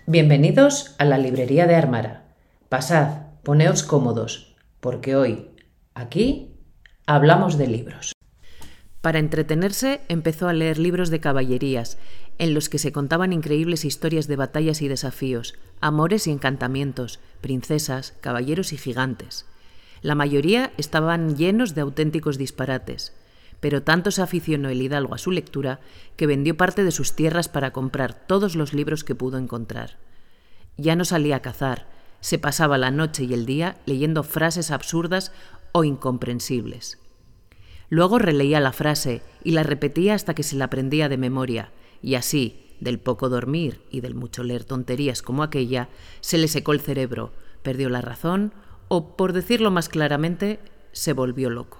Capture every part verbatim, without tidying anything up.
Bienvenidos a la librería de Armara. Pasad, poneos cómodos, porque hoy, aquí, hablamos de libros. Para entretenerse, empezó a leer libros de caballerías, en los que se contaban increíbles historias de batallas y desafíos, amores y encantamientos, princesas, caballeros y gigantes. La mayoría estaban llenos de auténticos disparates, pero tanto se aficionó el hidalgo a su lectura que vendió parte de sus tierras para comprar todos los libros que pudo encontrar. Ya no salía a cazar, se pasaba la noche y el día leyendo frases absurdas o incomprensibles. Luego releía la frase y la repetía hasta que se la aprendía de memoria, y así, del poco dormir y del mucho leer tonterías como aquella, se le secó el cerebro, perdió la razón o, por decirlo más claramente, se volvió loco.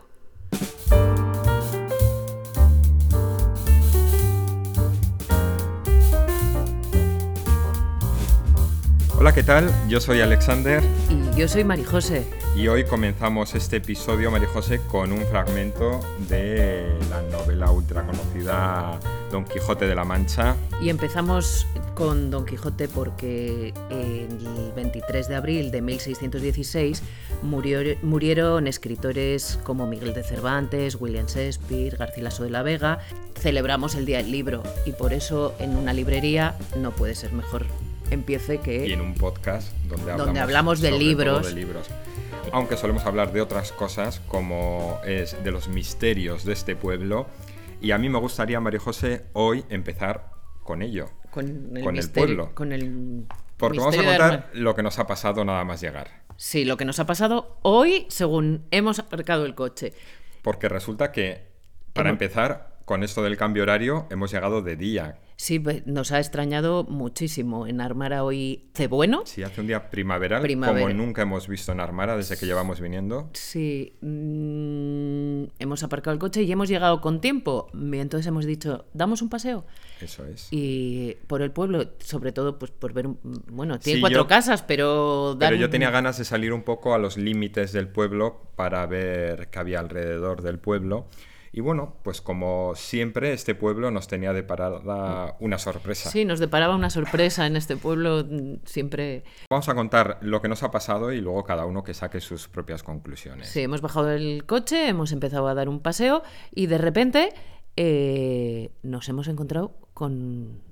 Hola, ¿qué tal? Yo soy Alexander. Y yo soy Marijose. Y hoy comenzamos este episodio, Marijose, con un fragmento de la novela ultra conocida Don Quijote de la Mancha. Y empezamos con Don Quijote porque el veintitrés de abril de mil seiscientos dieciséis murió, murieron escritores como Miguel de Cervantes, William Shakespeare, Garcilaso de la Vega. Celebramos el Día del Libro y por eso en una librería no puede ser mejor empiece que... Y en un podcast donde hablamos, donde hablamos de, libros. de libros. Aunque solemos hablar de otras cosas, como es de los misterios de este pueblo. Y a mí me gustaría, Marijose, hoy empezar con ello. Con el, con misterio, el pueblo. Con el Porque vamos a contar lo que nos ha pasado nada más llegar. Sí, lo que nos ha pasado hoy según hemos aparcado el coche. Porque resulta que, para hemos... empezar, con esto del cambio horario, hemos llegado de día. Sí, nos ha extrañado muchísimo. En Armara hoy hace bueno. Sí, hace un día primaveral, Primavera. Como nunca hemos visto en Armara desde que llevamos viniendo. Sí, mmm, hemos aparcado el coche y hemos llegado con tiempo. Entonces hemos dicho, ¿damos un paseo? Eso es. Y por el pueblo, sobre todo, pues por ver... Un, bueno, tiene sí, cuatro yo, casas, pero... Dar... Pero yo tenía ganas de salir un poco a los límites del pueblo para ver qué había alrededor del pueblo. Y bueno, pues como siempre, este pueblo nos tenía deparada una sorpresa. Sí, nos deparaba una sorpresa en este pueblo siempre. Vamos a contar lo que nos ha pasado y luego cada uno que saque sus propias conclusiones. Sí, hemos bajado del coche, hemos empezado a dar un paseo y de repente eh, nos hemos encontrado con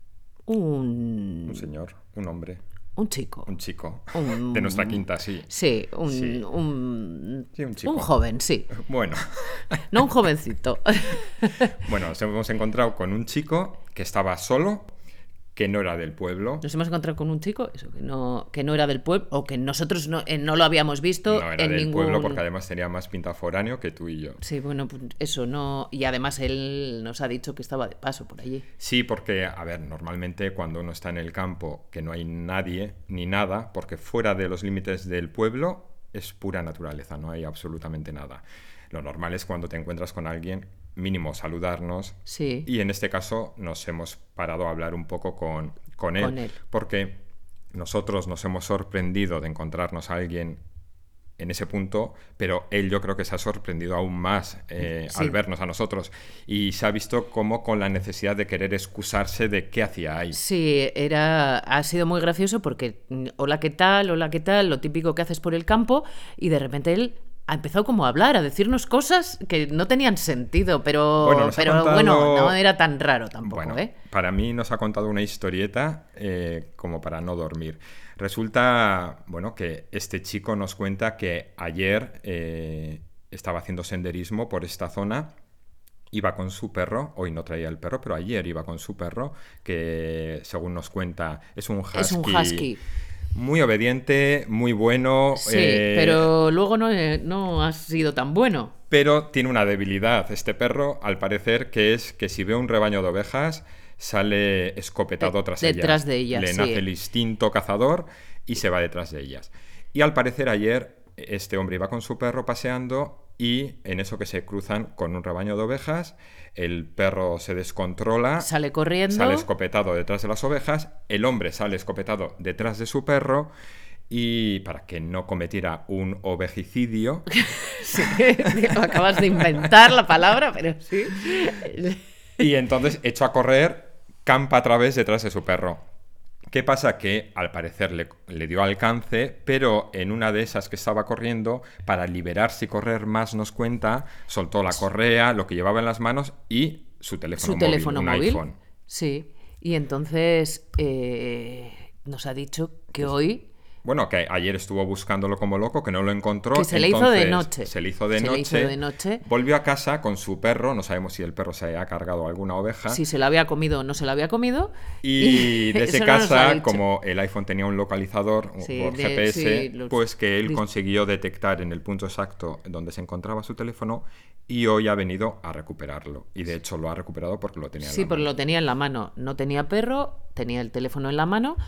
un... Un señor, un hombre. Un chico. Un chico. Un... De nuestra quinta, sí. Sí, un, sí. un... sí, un chico. Un joven, sí. Bueno. No un jovencito. Bueno, nos hemos encontrado con un chico que estaba solo, que no era del pueblo. Nos hemos encontrado con un chico, eso, que no, que no era del pueblo, o que nosotros no, eh, no lo habíamos visto. No era en del ningún... pueblo, porque además tenía más pinta foráneo que tú y yo. Sí, bueno, pues eso no. Y además él nos ha dicho que estaba de paso por allí. Sí, porque, a ver, normalmente cuando uno está en el campo, que no hay nadie ni nada, porque fuera de los límites del pueblo es pura naturaleza, no hay absolutamente nada. Lo normal es cuando te encuentras con alguien, mínimo saludarnos. Sí. Y en este caso nos hemos parado a hablar un poco con, con, él, con él. Porque nosotros nos hemos sorprendido de encontrarnos a alguien en ese punto, pero él yo creo que se ha sorprendido aún más eh, sí. al vernos a nosotros. Y se ha visto como con la necesidad de querer excusarse de qué hacía ahí. Sí, era, ha sido muy gracioso porque hola, ¿qué tal? Hola, ¿qué tal? Lo típico que haces por el campo y de repente él... ha empezado como a hablar, a decirnos cosas que no tenían sentido, pero, bueno, pero contado... bueno, no era tan raro tampoco, bueno, ¿eh? Para mí nos ha contado una historieta eh, como para no dormir. Resulta, bueno, que este chico nos cuenta que ayer eh, estaba haciendo senderismo por esta zona, iba con su perro, hoy no traía el perro, pero ayer iba con su perro, que según nos cuenta es un husky. Es un husky. Muy obediente, muy bueno. Sí, eh, pero luego no, no ha sido tan bueno. Pero tiene una debilidad este perro, al parecer, que es que si ve un rebaño de ovejas, sale escopetado tras ellas. Detrás de ellas, Le sí. nace el instinto cazador y se va detrás de ellas. Y al parecer ayer este hombre iba con su perro paseando y en eso que se cruzan con un rebaño de ovejas, el perro se descontrola, sale corriendo, sale escopetado detrás de las ovejas, el hombre sale escopetado detrás de su perro y para que no cometiera un ovejicidio... Sí, acabas de inventar la palabra, pero sí. Y entonces echó a correr campa a través detrás de su perro. ¿Qué pasa? Que al parecer le, le dio alcance, pero en una de esas que estaba corriendo, para liberarse y correr más, nos cuenta, soltó la correa, lo que llevaba en las manos y su teléfono Su móvil, teléfono un móvil. iPhone. Sí. Y entonces eh, nos ha dicho que pues, hoy... Bueno, que ayer estuvo buscándolo como loco, que no lo encontró. Que se le hizo de noche. Se le hizo de, se noche, le hizo de noche. Volvió a casa con su perro. No sabemos si el perro se había cargado alguna oveja. Si se la había comido o no se la había comido. Y, y desde casa, no como el iPhone tenía un localizador sí, por de, G P S, sí, los... pues que él consiguió detectar en el punto exacto donde se encontraba su teléfono y hoy ha venido a recuperarlo. Y de hecho lo ha recuperado porque lo tenía en sí, la mano. Sí, porque lo tenía en la mano. No tenía perro, tenía el teléfono en la mano.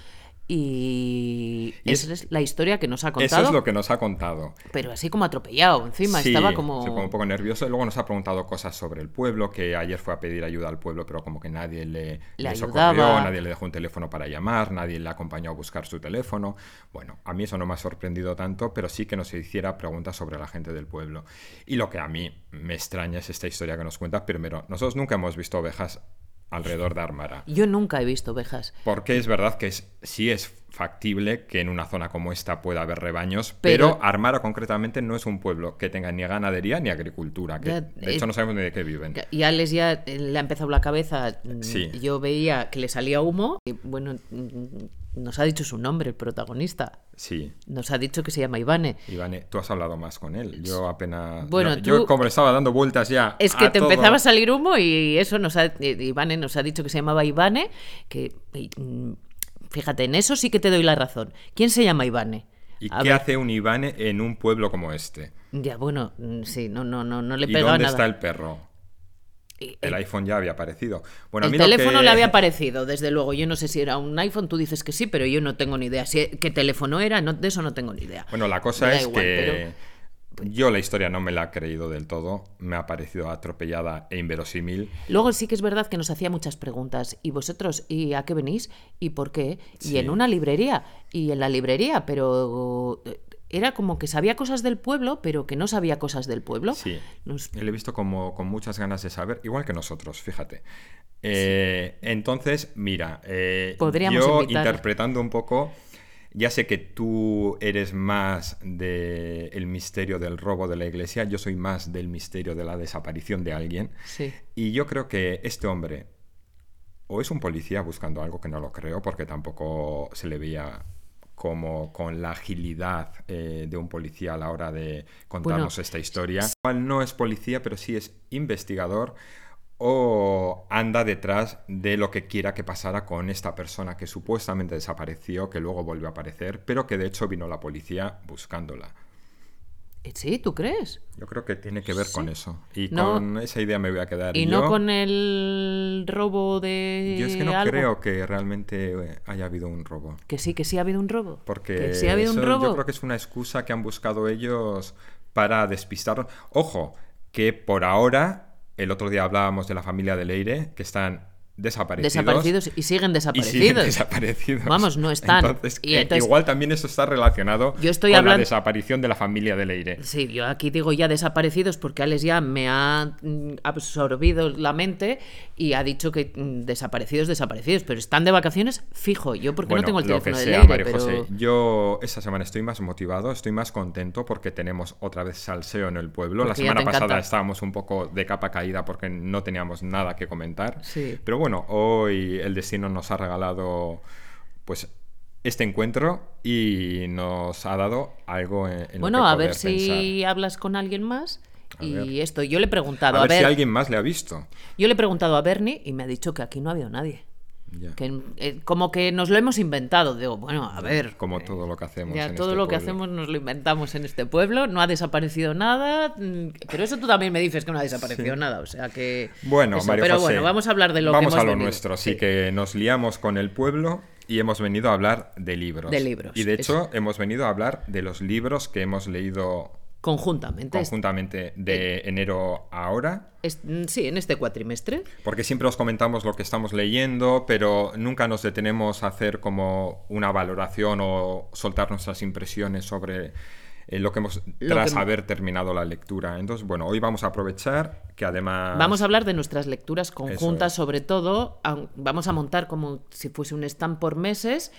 Y, y esa es, es la historia que nos ha contado. Eso es lo que nos ha contado. Pero así como atropellado, encima, sí, estaba como... Sí, como un poco nervioso. Y luego nos ha preguntado cosas sobre el pueblo, que ayer fue a pedir ayuda al pueblo, pero como que nadie le, le, le socorrió, nadie le dejó un teléfono para llamar, nadie le acompañó a buscar su teléfono. Bueno, a mí eso no me ha sorprendido tanto, pero sí que nos hiciera preguntas sobre la gente del pueblo. Y lo que a mí me extraña es esta historia que nos cuenta. Primero, nosotros nunca hemos visto ovejas alrededor de Armara. Yo nunca he visto ovejas. Porque es verdad que es, sí es factible que en una zona como esta pueda haber rebaños, pero, pero Armara concretamente no es un pueblo que tenga ni ganadería ni agricultura, que ya, de hecho eh, no sabemos ni de qué viven. Y a Alex ya le ha empezado la cabeza, sí. Yo veía que le salía humo, y bueno, nos ha dicho su nombre el protagonista. Sí. Nos ha dicho que se llama Ivane. Ivane, tú has hablado más con él, yo apenas... Bueno, yo, tú... yo como le estaba dando vueltas ya Es que a te todo... empezaba a salir humo y eso nos ha... Ivane nos ha dicho que se llamaba Ivane, que... Fíjate, en eso sí que te doy la razón. ¿Quién se llama Ivane? ¿Y a qué ver. hace un Ivane en un pueblo como este? Ya, bueno, sí, no, no, no, no le ¿Y pegaba dónde nada. está el perro? Y, el eh, iPhone ya había aparecido. Bueno, el a mí teléfono lo que... le había aparecido, desde luego. Yo no sé si era un iPhone, tú dices que sí, pero yo no tengo ni idea. Si, ¿Qué teléfono era? No, de eso no tengo ni idea. Bueno, la cosa es igual, que... pero... Yo la historia no me la he creído del todo, me ha parecido atropellada e inverosímil. Luego sí que es verdad que nos hacía muchas preguntas. ¿Y vosotros? ¿Y a qué venís? ¿Y por qué? Sí. Y en una librería. Y en la librería, pero... Era como que sabía cosas del pueblo, pero que no sabía cosas del pueblo. Sí, nos... le he visto como con muchas ganas de saber, igual que nosotros, fíjate. Eh, sí. Entonces, mira, eh, Podríamos yo invitar... interpretando un poco... Ya sé que tú eres más del misterio del robo de la iglesia, yo soy más del misterio de la desaparición de alguien. Sí. Y yo creo que este hombre o es un policía buscando algo, que no lo creo, porque tampoco se le veía como con la agilidad eh, de un policía a la hora de contarnos bueno, esta historia. Igual no es policía, pero sí es investigador, o anda detrás de lo que quiera que pasara con esta persona que supuestamente desapareció, que luego volvió a aparecer, pero que de hecho vino la policía buscándola. ¿Sí? ¿Tú crees? Yo creo que tiene que ver sí. con eso. Y no, con esa idea me voy a quedar. ¿Y yo, no con el robo de Yo es que no algo? creo que realmente haya habido un robo. ¿Que sí, que sí ha habido un robo? Porque ¿Que sí ha habido eso un robo? Yo creo que es una excusa que han buscado ellos para despistarnos. Ojo, que por ahora... El otro día hablábamos de la familia de Leire, que están desaparecidos. Desaparecidos y siguen desaparecidos. Y siguen desaparecidos. Vamos, no están. Entonces, y entonces, igual también eso está relacionado yo estoy con hablando... la desaparición de la familia de Leire. Sí, yo aquí digo ya desaparecidos porque Alex ya me ha absorbido la mente y ha dicho que desaparecidos, desaparecidos, pero están de vacaciones fijo. Yo porque bueno, no tengo el lo teléfono que de sea, Leire, María pero... José, yo esta semana estoy más motivado, estoy más contento porque tenemos otra vez salseo en el pueblo. Porque la semana pasada estábamos un poco de capa caída porque no teníamos nada que comentar. Sí. Pero bueno, hoy el destino nos ha regalado pues este encuentro y nos ha dado algo en, en bueno, lo que a ver pensar. si hablas con alguien más a y ver. esto. Yo le he preguntado a, a ver, ver si alguien más le ha visto. Yo le he preguntado a Bernie y me ha dicho que aquí no ha habido nadie. Ya. Que, eh, como que nos lo hemos inventado. Digo, bueno, a ver. Como todo lo que hacemos. Ya en todo este lo que pueblo. hacemos nos lo inventamos en este pueblo. No ha desaparecido nada. Pero eso tú también me dices que no ha desaparecido sí. nada. O sea que. Bueno, eso. María Pero José, bueno, vamos a hablar de lo vamos que hemos a lo venido. nuestro. Sí, sí, que nos liamos con el pueblo y hemos venido a hablar de libros. De libros. Y de hecho, eso. hemos venido a hablar de los libros que hemos leído. Conjuntamente. Conjuntamente de eh, enero a ahora. Es, sí, en este cuatrimestre. Porque siempre os comentamos lo que estamos leyendo, pero nunca nos detenemos a hacer como una valoración o soltar nuestras impresiones sobre eh, lo que hemos Lo tras que... haber terminado la lectura. Entonces, bueno, hoy vamos a aprovechar que además... Vamos a hablar de nuestras lecturas conjuntas, es. sobre todo. Vamos a montar como si fuese un stand por meses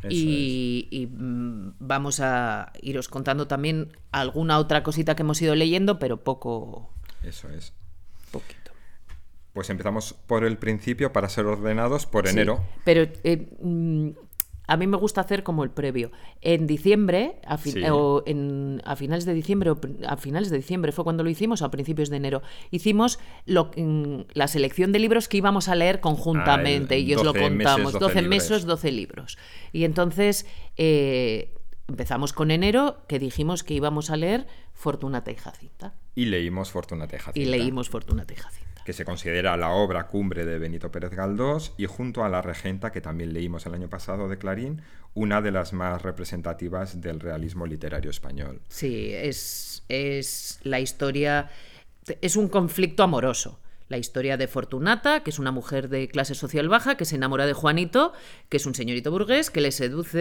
y, es. y vamos a iros contando también alguna otra cosita que hemos ido leyendo, pero poco... Eso es. Poquito. Pues empezamos por el principio para ser ordenados por Sí, enero. Pero... Eh, a mí me gusta hacer como el previo. En diciembre, a, fin- Sí. o en, a finales de diciembre, o a finales de diciembre fue cuando lo hicimos, o a principios de enero, hicimos lo, la selección de libros que íbamos a leer conjuntamente, Ah, el y os lo doce contamos. meses, doce doce libros. meses, doce libros. Y entonces eh, empezamos con enero, que dijimos que íbamos a leer Fortunata y Jacinta. Y leímos Fortunata y Jacinta. Y leímos Fortunata y Jacinta. Que se considera la obra cumbre de Benito Pérez Galdós, y junto a La Regenta, que también leímos el año pasado de Clarín, una de las más representativas del realismo literario español. Sí, es, es la historia, es un conflicto amoroso. La historia de Fortunata, que es una mujer de clase social baja, que se enamora de Juanito, que es un señorito burgués, que le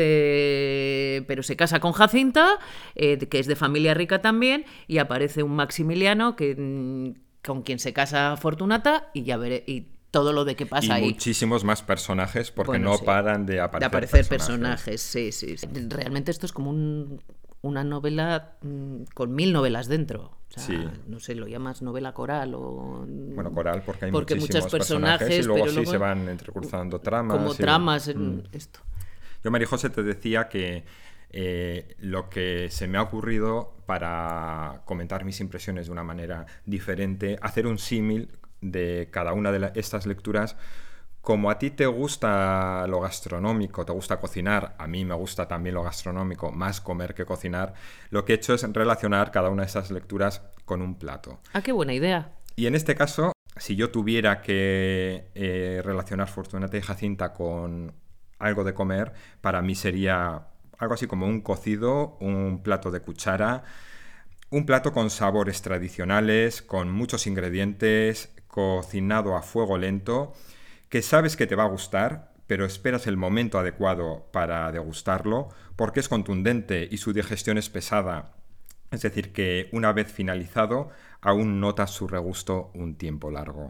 seduce, pero se casa con Jacinta, eh, que es de familia rica también, y aparece un Maximiliano que... con quien se casa Fortunata, y ya veré, y todo lo de qué pasa y ahí. Y muchísimos más personajes, porque bueno, no sí. paran de aparecer, de aparecer personajes. personajes. Sí, sí, sí. Realmente esto es como un, una novela mmm, con mil novelas dentro. O sea, sí. No sé, lo llamas novela coral o... Bueno, coral porque hay porque muchísimos muchos personajes, personajes y luego pero sí luego se van entrecruzando tramas. Como y... tramas en mm. esto. Yo, María José, te decía que eh, lo que se me ha ocurrido para comentar mis impresiones de una manera diferente, hacer un símil de cada una de la, estas lecturas. Como a ti te gusta lo gastronómico, te gusta cocinar, a mí me gusta también lo gastronómico, más comer que cocinar, lo que he hecho es relacionar cada una de estas lecturas con un plato. Ah, qué buena idea. Y en este caso, si yo tuviera que eh, relacionar Fortunata y Jacinta con algo de comer, para mí sería algo así como un cocido, un plato de cuchara, un plato con sabores tradicionales, con muchos ingredientes, cocinado a fuego lento, que sabes que te va a gustar, pero esperas el momento adecuado para degustarlo, porque es contundente y su digestión es pesada. Es decir, que una vez finalizado, aún notas su regusto un tiempo largo.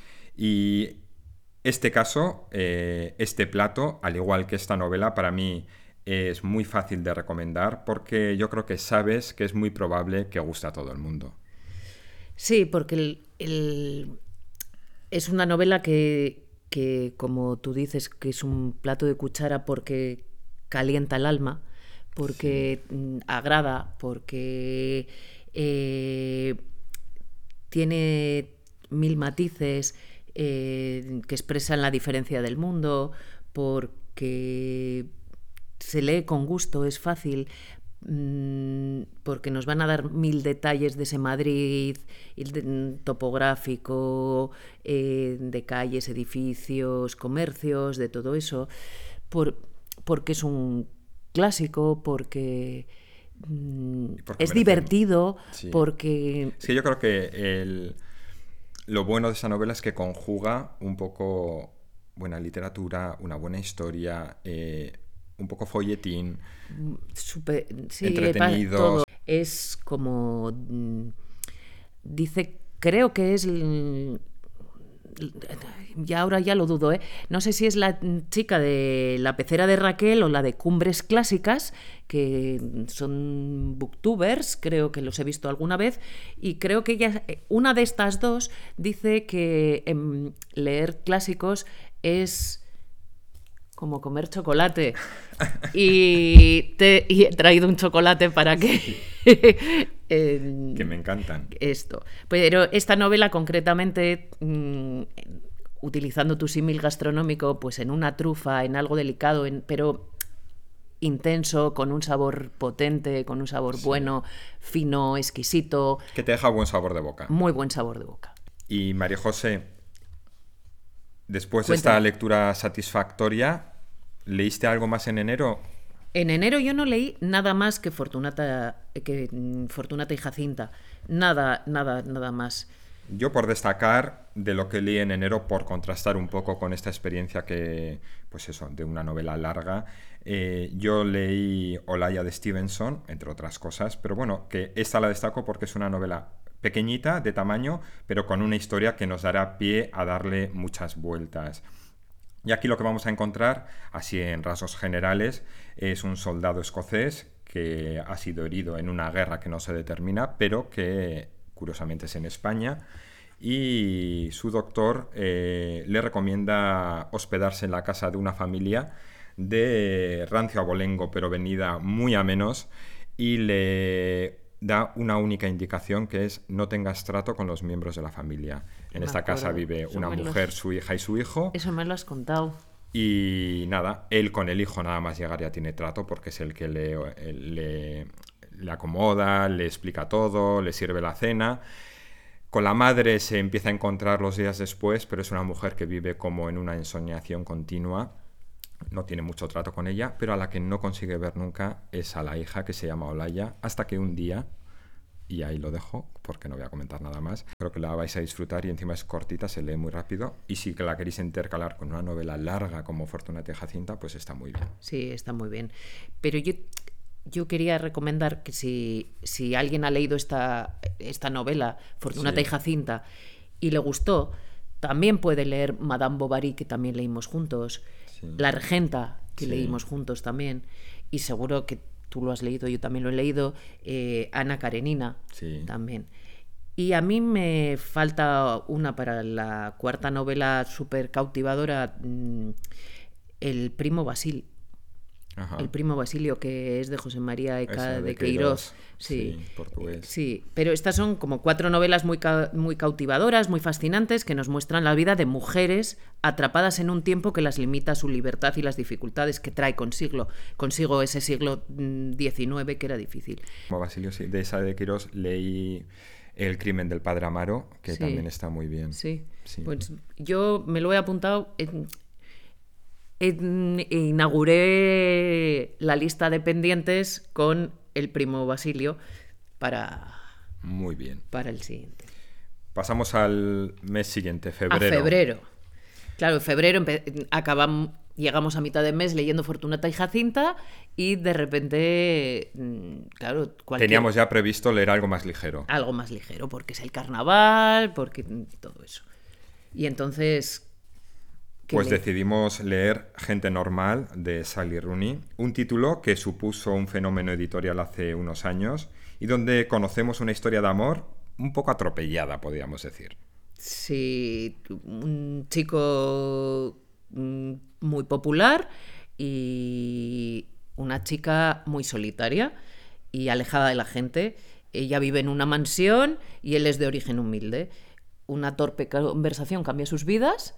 Y este caso, eh, este plato, al igual que esta novela, para mí es muy fácil de recomendar, porque yo creo que sabes que es muy probable que guste a todo el mundo. Sí, porque el, el... es una novela que, que, como tú dices, que es un plato de cuchara porque calienta el alma, porque sí. agrada, porque eh, tiene mil matices eh, que expresan la diferencia del mundo, porque se lee con gusto, es fácil, porque nos van a dar mil detalles de ese Madrid topográfico, eh, de calles, edificios, comercios, de todo eso, por, porque es un clásico, porque, mm, porque es merece... divertido, sí. porque... Es que yo creo que el, lo bueno de esa novela es que conjuga un poco buena literatura, una buena historia, eh, un poco folletín, Super, sí, entretenido. Todo. Es como... Dice, creo que es... Ya ahora ya lo dudo, ¿eh? No sé si es la chica de La pecera de Raquel o la de Cumbres Clásicas, que son booktubers, creo que los he visto alguna vez, y creo que ella, una de estas dos dice que eh, leer clásicos es... como comer chocolate. Y, te, y he traído un chocolate para que... eh, que me encantan. Esto. Pero esta novela concretamente, mmm, utilizando tu símil gastronómico, pues en una trufa, en algo delicado, en, pero intenso, con un sabor potente, con un sabor sí. bueno, fino, exquisito. Que te deja buen sabor de boca. Muy buen sabor de boca. Y María José, después Cuéntame. de esta lectura satisfactoria, ¿leíste algo más en enero? En enero yo no leí nada más que Fortunata, que Fortunata y Jacinta. Nada, nada, nada más. Yo por destacar de lo que leí en enero, por contrastar un poco con esta experiencia que, pues eso, de una novela larga, eh, yo leí Olaya de Stevenson, entre otras cosas, pero bueno, que esta la destaco porque es una novela pequeñita, de tamaño, pero con una historia que nos dará pie a darle muchas vueltas. Y aquí lo que vamos a encontrar, así en rasgos generales, es un soldado escocés que ha sido herido en una guerra que no se determina, pero que curiosamente es en España, y su doctor eh, le recomienda hospedarse en la casa de una familia de rancio abolengo, pero venida muy a menos, y le da una única indicación, que es no tengas trato con los miembros de la familia. En Me esta acuerdo. casa vive Eso una me lo mujer, has- su hija y su hijo. Eso me lo has contado. Y nada, él con el hijo nada más llegar ya tiene trato porque es el que le, le, le acomoda, le explica todo, le sirve la cena. Con la madre se empieza a encontrar los días después, pero es una mujer que vive como en una ensoñación continua. No tiene mucho trato con ella, pero a la que no consigue ver nunca es a la hija, que se llama Olaya, hasta que un día, y ahí lo dejo porque no voy a comentar nada más, creo que la vais a disfrutar y encima es cortita, se lee muy rápido, y si la queréis intercalar con una novela larga como Fortunata y Jacinta, pues está muy bien. Sí, está muy bien. Pero yo, yo quería recomendar que si, si alguien ha leído esta, esta novela, Fortunata Sí. y Jacinta, y le gustó, también puede leer Madame Bovary, que también leímos juntos, Sí. La Regenta, que Sí. leímos juntos también, y seguro que tú lo has leído, yo también lo he leído, eh, Ana Karenina Sí. también. Y a mí me falta una para la cuarta novela súper cautivadora, mm, El primo Basil. Ajá. El primo Basilio, que es de José María Eca Esa de, de Queiroz. Queiroz, Sí, sí, portugués. sí, pero estas son como cuatro novelas muy, ca- muy cautivadoras, muy fascinantes, que nos muestran la vida de mujeres atrapadas en un tiempo que las limita a su libertad y las dificultades que trae consigo, consigo ese siglo mm, diecinueve que era difícil. Como Basilio, sí. De esa de Queiroz leí El crimen del padre Amaro, que Sí. también está muy bien. Sí, Sí. pues yo me lo he apuntado. En, en- inauguré la lista de pendientes con el primo Basilio para, Muy bien. para el siguiente. Pasamos al mes siguiente, A febrero. febrero. Claro, en febrero empe- acabam- llegamos a mitad de mes leyendo Fortunata y Jacinta y de repente, mm, claro, cualquier- Teníamos ya previsto leer algo más ligero. algo más ligero, porque es el carnaval, porque mm, todo eso. Y entonces... ¿qué Pues le- decidimos leer Gente Normal de Sally Rooney, un título que supuso un fenómeno editorial hace unos años y donde conocemos una historia de amor un poco atropellada, podríamos decir. Sí, un chico mm, muy popular y una chica muy solitaria y alejada de la gente. Ella vive en una mansión y él es de origen humilde. Una torpe conversación cambia sus vidas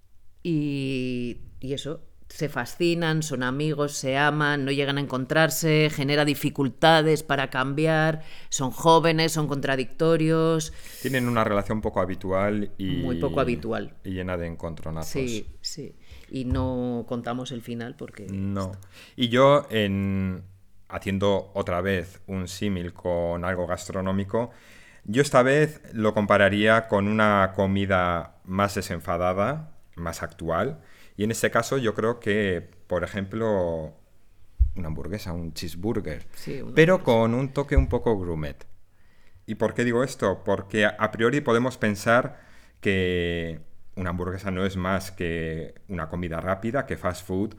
y, y eso, se fascinan, son amigos, se aman, no llegan a encontrarse, genera dificultades para cambiar, son jóvenes, son contradictorios. Tienen una relación poco habitual y... Muy poco habitual. Y llena de encontronazos. Sí, sí. Y no contamos el final porque... No. Y yo, en haciendo otra vez un símil con algo gastronómico, yo esta vez lo compararía con una comida más desenfadada, más actual. Y en este caso yo creo que, por ejemplo, una hamburguesa, un cheeseburger, Sí, una pero con un toque un poco gourmet. ¿Y por qué digo esto? Porque a priori podemos pensar que una hamburguesa no es más que una comida rápida, que fast food,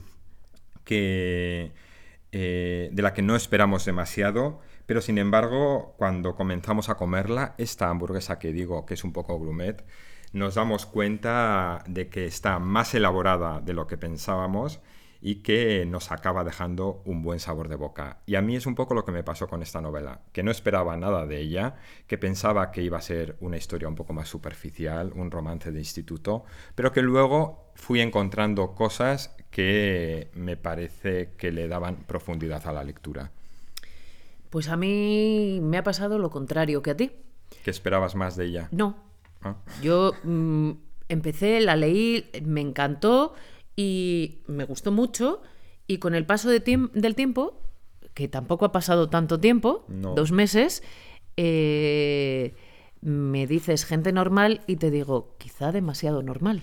que, eh, de la que no esperamos demasiado, pero sin embargo, cuando comenzamos a comerla, esta hamburguesa que digo que es un poco gourmet, nos damos cuenta de que está más elaborada de lo que pensábamos y que nos acaba dejando un buen sabor de boca. Y a mí es un poco lo que me pasó con esta novela, que no esperaba nada de ella, que pensaba que iba a ser una historia un poco más superficial, un romance de instituto, pero que luego fui encontrando cosas que me parece que le daban profundidad a la lectura. Pues a mí me ha pasado lo contrario que a ti. ¿Qué esperabas más de ella? No. ¿Ah? Yo mm, empecé, la leí, me encantó y me gustó mucho. Y con el paso de tiemp- del tiempo, que tampoco ha pasado tanto tiempo, No. dos meses, eh, me dices gente normal y te digo, quizá demasiado normal.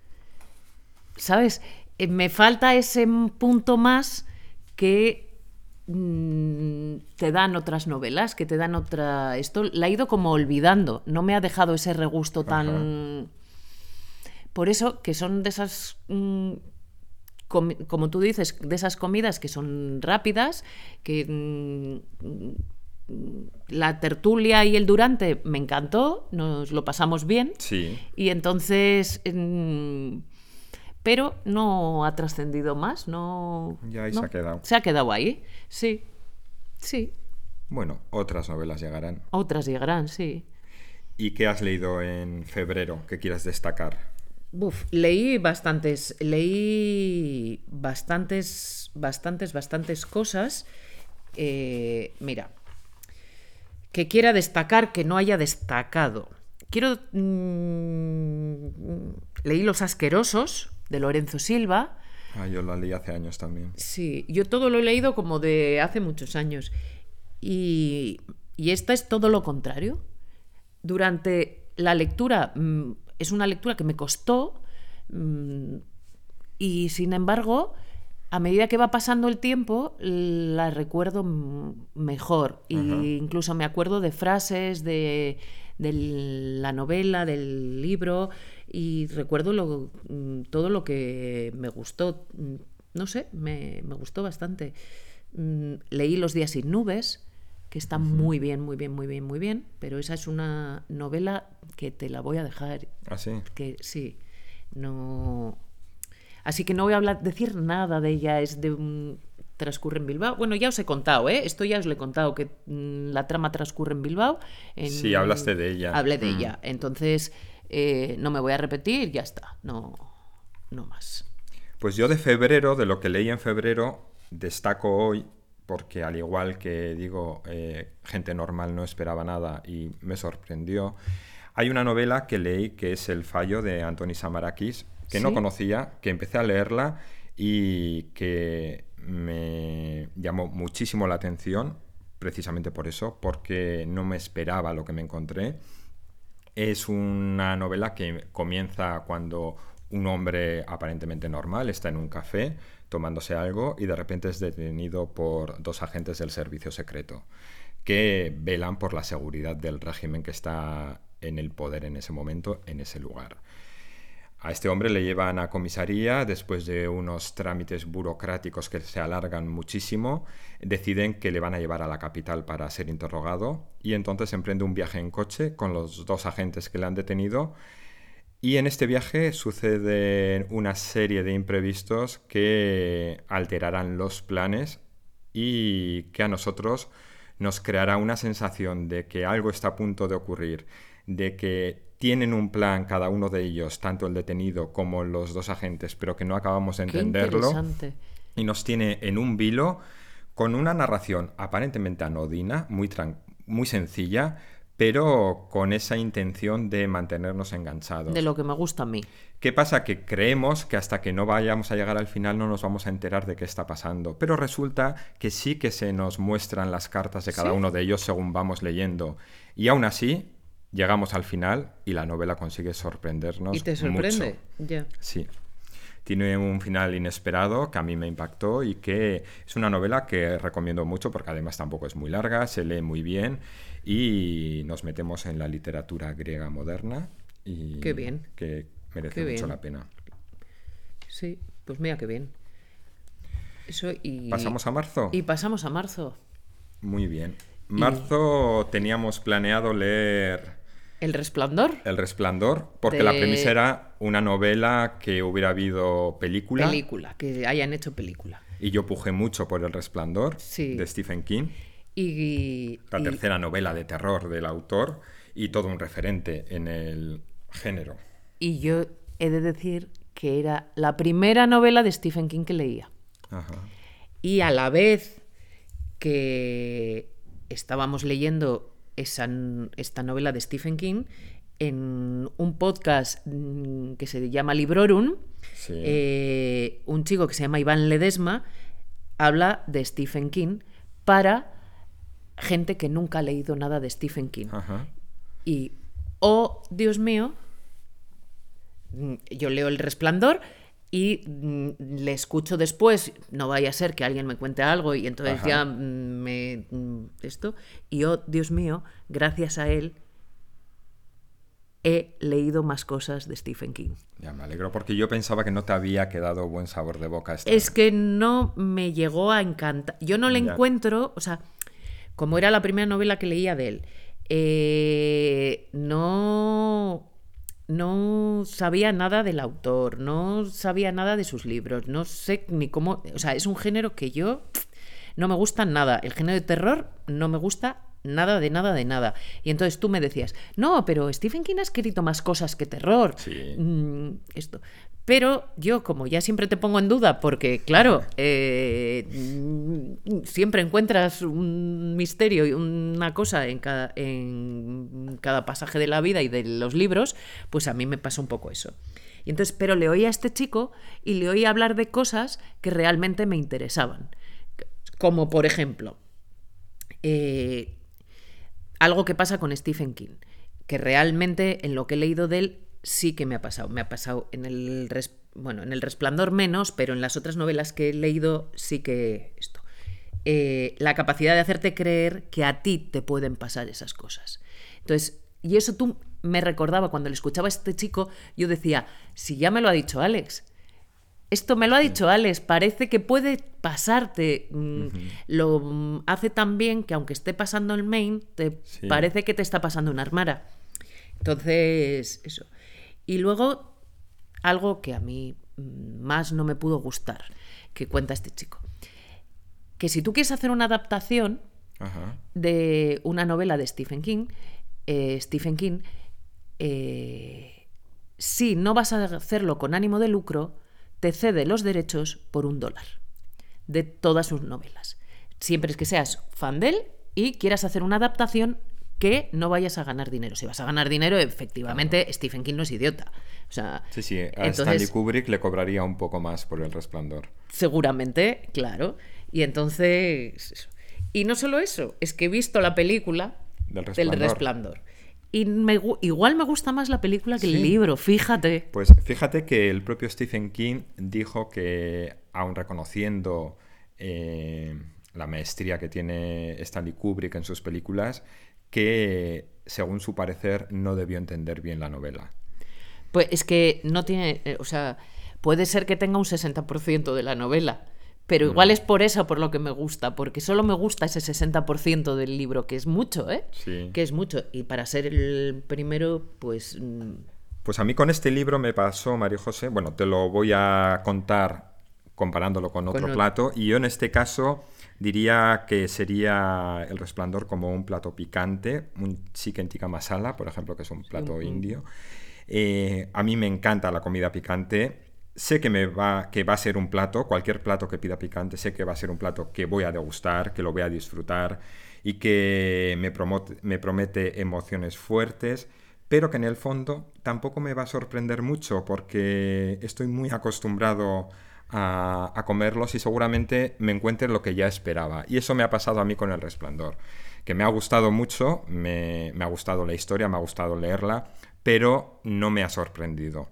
¿Sabes? Eh, me falta ese punto más que mmm, te dan otras novelas, que te dan otra... Esto la he ido como olvidando, no me ha dejado ese regusto tan... Ajá. Por eso, que son de esas... Mmm, com- como tú dices, de esas comidas que son rápidas, que... Mmm, la tertulia y el durante me encantó, nos lo pasamos bien. Sí. Y entonces... Mmm, pero no ha trascendido más, no... Ya ahí no, se ha quedado. Se ha quedado ahí, sí, sí. Bueno, otras novelas llegarán. Otras llegarán, sí. ¿Y qué has leído en febrero que quieras destacar? Uf, leí bastantes, leí bastantes, bastantes, bastantes cosas. Eh, mira, que quiera destacar que no haya destacado. Quiero... Mmm, leí Los Asquerosos, de Lorenzo Silva. Ah, yo la leí hace años también. Sí, yo todo lo he leído como de hace muchos años. Y, y esta es todo lo contrario. Durante la lectura, mmm, es una lectura que me costó, mmm, y sin embargo, a medida que va pasando el tiempo, la recuerdo mejor. E incluso me acuerdo de frases de, de la novela, del libro, y recuerdo lo, todo lo que me gustó. No sé, me, me gustó bastante. Leí Los días sin nubes, que está uh-huh. muy bien, muy bien, muy bien, muy bien, pero esa es una novela que te la voy a dejar. ¿Ah, sí? Que sí, no... Así que no voy a hablar, decir nada de ella, es de un... transcurre en Bilbao. Bueno, ya os he contado, ¿eh? Esto ya os lo he contado, que mmm, la trama transcurre en Bilbao. En... Sí, hablaste de ella. Hablé de mm. ella, entonces eh, no me voy a repetir, ya está, no, no más. Pues yo de febrero, de lo que leí en febrero, destaco hoy, porque al igual que digo, eh, gente normal no esperaba nada y me sorprendió. Hay una novela que leí que es El fallo de Antonis Samarakis, que ¿sí? no conocía, que empecé a leerla y que me llamó muchísimo la atención, precisamente por eso, porque no me esperaba lo que me encontré. Es una novela que comienza cuando un hombre aparentemente normal está en un café tomándose algo y de repente es detenido por dos agentes del servicio secreto que velan por la seguridad del régimen que está en el poder en ese momento, en ese lugar. A este hombre le llevan a comisaría después de unos trámites burocráticos que se alargan muchísimo. Deciden que le van a llevar a la capital para ser interrogado y entonces emprende un viaje en coche con los dos agentes que le han detenido. Y en este viaje suceden una serie de imprevistos que alterarán los planes y que a nosotros nos creará una sensación de que algo está a punto de ocurrir, de que tienen un plan cada uno de ellos, tanto el detenido como los dos agentes, pero que no acabamos de entenderlo. Qué interesante. Y nos tiene en un vilo con una narración aparentemente anodina, muy, tran- muy sencilla, pero con esa intención de mantenernos enganchados. De lo que me gusta a mí. ¿Qué pasa? Que creemos que hasta que no vayamos a llegar al final no nos vamos a enterar de qué está pasando. Pero resulta que sí que se nos muestran las cartas de cada ¿Sí? uno de ellos según vamos leyendo. Y aún así, llegamos al final y la novela consigue sorprendernos. ¿Y te sorprende? Mucho. Yeah. Sí. Tiene un final inesperado que a mí me impactó y que es una novela que recomiendo mucho porque además tampoco es muy larga, se lee muy bien y nos metemos en la literatura griega moderna y qué bien. que merece qué mucho bien. la pena. Sí, pues mira qué bien. Eso y... ¿Pasamos a marzo? Y pasamos a marzo. Muy bien. Marzo y... teníamos planeado leer... ¿El Resplandor? El Resplandor, porque de... la premisa era una novela que hubiera habido película. Película, que hayan hecho película. Y yo pujé mucho por El Resplandor, sí. de Stephen King. Y, la y... tercera novela de terror del autor y todo un referente en el género. Y yo he de decir que era la primera novela de Stephen King que leía. Ajá. Y a la vez que estábamos leyendo esa, esta novela de Stephen King, en un podcast que se llama Librorum, sí. eh, un chico que se llama Iván Ledesma habla de Stephen King para gente que nunca ha leído nada de Stephen King. Ajá. Y O, Dios mío, yo leo El Resplandor y le escucho después, no vaya a ser que alguien me cuente algo y entonces Ajá. ya me... esto, y oh, Dios mío, gracias a él he leído más cosas de Stephen King. Ya, me alegro, porque yo pensaba que no te había quedado buen sabor de boca. Esta es que no me llegó a encantar. Yo no le ya. encuentro, o sea, como era la primera novela que leía de él, eh, no... no sabía nada del autor, no sabía nada de sus libros, no sé ni cómo... O sea, es un género que yo no me gusta nada. El género de terror no me gusta nada, de nada, de nada. Y entonces tú me decías, no, pero Stephen King ha escrito más cosas que terror. Sí. Mm, esto... Pero yo, como ya siempre te pongo en duda, porque claro, eh, siempre encuentras un misterio y una cosa en cada, en cada pasaje de la vida y de los libros, pues a mí me pasa un poco eso. Y entonces, pero le oí a este chico y le oí hablar de cosas que realmente me interesaban. Como por ejemplo, eh, algo que pasa con Stephen King, que realmente en lo que he leído de él sí que me ha pasado. Me ha pasado en el, res... bueno, en El Resplandor menos, pero en las otras novelas que he leído sí que esto. Eh, la capacidad de hacerte creer que a ti te pueden pasar esas cosas. Entonces, y eso tú me recordaba cuando le escuchaba a este chico, yo decía, si ya me lo ha dicho Alex, esto me lo ha dicho Alex, parece que puede pasarte. Uh-huh. Lo hace tan bien que aunque esté pasando el Maine, te sí. parece que te está pasando en Armara. Entonces, eso. Y luego, algo que a mí más no me pudo gustar, que cuenta este chico. Que si tú quieres hacer una adaptación Ajá. de una novela de Stephen King, eh, Stephen King, eh, si no vas a hacerlo con ánimo de lucro, te cede los derechos por un dólar de todas sus novelas. Siempre es que seas fan de él y quieras hacer una adaptación que no vayas a ganar dinero. Si vas a ganar dinero, efectivamente, claro. Stephen King no es idiota. O sea, sí, sí, a entonces, Stanley Kubrick le cobraría un poco más por El Resplandor. Seguramente, claro. Y entonces... Eso. Y no solo eso, es que he visto la película del Resplandor. Del Resplandor. Y me, igual me gusta más la película que sí. el libro, fíjate. Pues fíjate que el propio Stephen King dijo que, aun reconociendo eh, la maestría que tiene Stanley Kubrick en sus películas, que, según su parecer, no debió entender bien la novela. Pues es que no tiene... Eh, o sea, puede ser que tenga un sesenta por ciento de la novela, pero igual mm. es por eso por lo que me gusta, porque solo me gusta ese sesenta por ciento del libro, que es mucho, ¿eh? Sí. Que es mucho. Y para ser el primero, pues... Mm... Pues a mí con este libro me pasó, María José, bueno, te lo voy a contar comparándolo con otro con plato, y yo en este caso... diría que sería El Resplandor como un plato picante, un chicken tikka masala, por ejemplo, que es un plato sí. indio. Eh, a mí me encanta la comida picante. Sé que, me va, que va a ser un plato, cualquier plato que pida picante, sé que va a ser un plato que voy a degustar, que lo voy a disfrutar y que me, promote, me promete emociones fuertes, pero que en el fondo tampoco me va a sorprender mucho porque estoy muy acostumbrado A, a comerlos y seguramente me encuentre lo que ya esperaba. Y eso me ha pasado a mí con El Resplandor, que me ha gustado mucho, me, me ha gustado la historia, me ha gustado leerla, pero no me ha sorprendido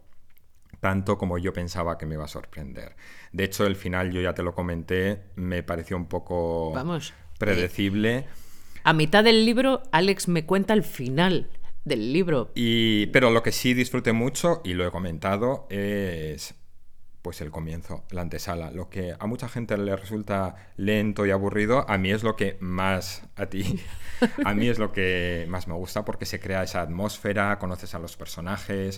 tanto como yo pensaba que me iba a sorprender. De hecho, el final, yo ya te lo comenté, me pareció un poco Vamos, predecible. Eh, a mitad del libro, Alex me cuenta el final del libro. Y, pero lo que sí disfruté mucho, y lo he comentado, es... pues el comienzo, la antesala. Lo que a mucha gente le resulta lento y aburrido, a mí es lo que más, a ti, a mí es lo que más me gusta, porque se crea esa atmósfera, conoces a los personajes,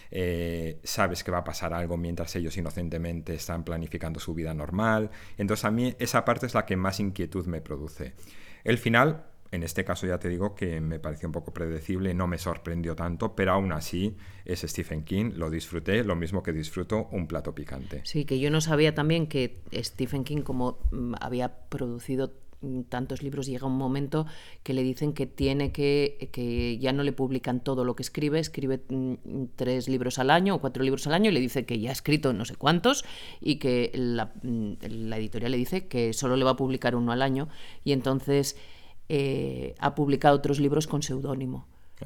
eh, sabes que va a pasar algo mientras ellos inocentemente están planificando su vida normal. Entonces a mí esa parte es la que más inquietud me produce. El final... en este caso ya te digo que me pareció un poco predecible, no me sorprendió tanto, pero aún así es Stephen King, lo disfruté, lo mismo que disfruto un plato picante. Sí, que yo no sabía también que Stephen King, como había producido tantos libros, llega un momento que le dicen que tiene que, que ya no le publican todo lo que escribe, escribe tres libros al año o cuatro libros al año, y le dice que ya ha escrito no sé cuántos y que la, la editorial le dice que solo le va a publicar uno al año, y entonces... Eh, ha publicado otros libros con seudónimo.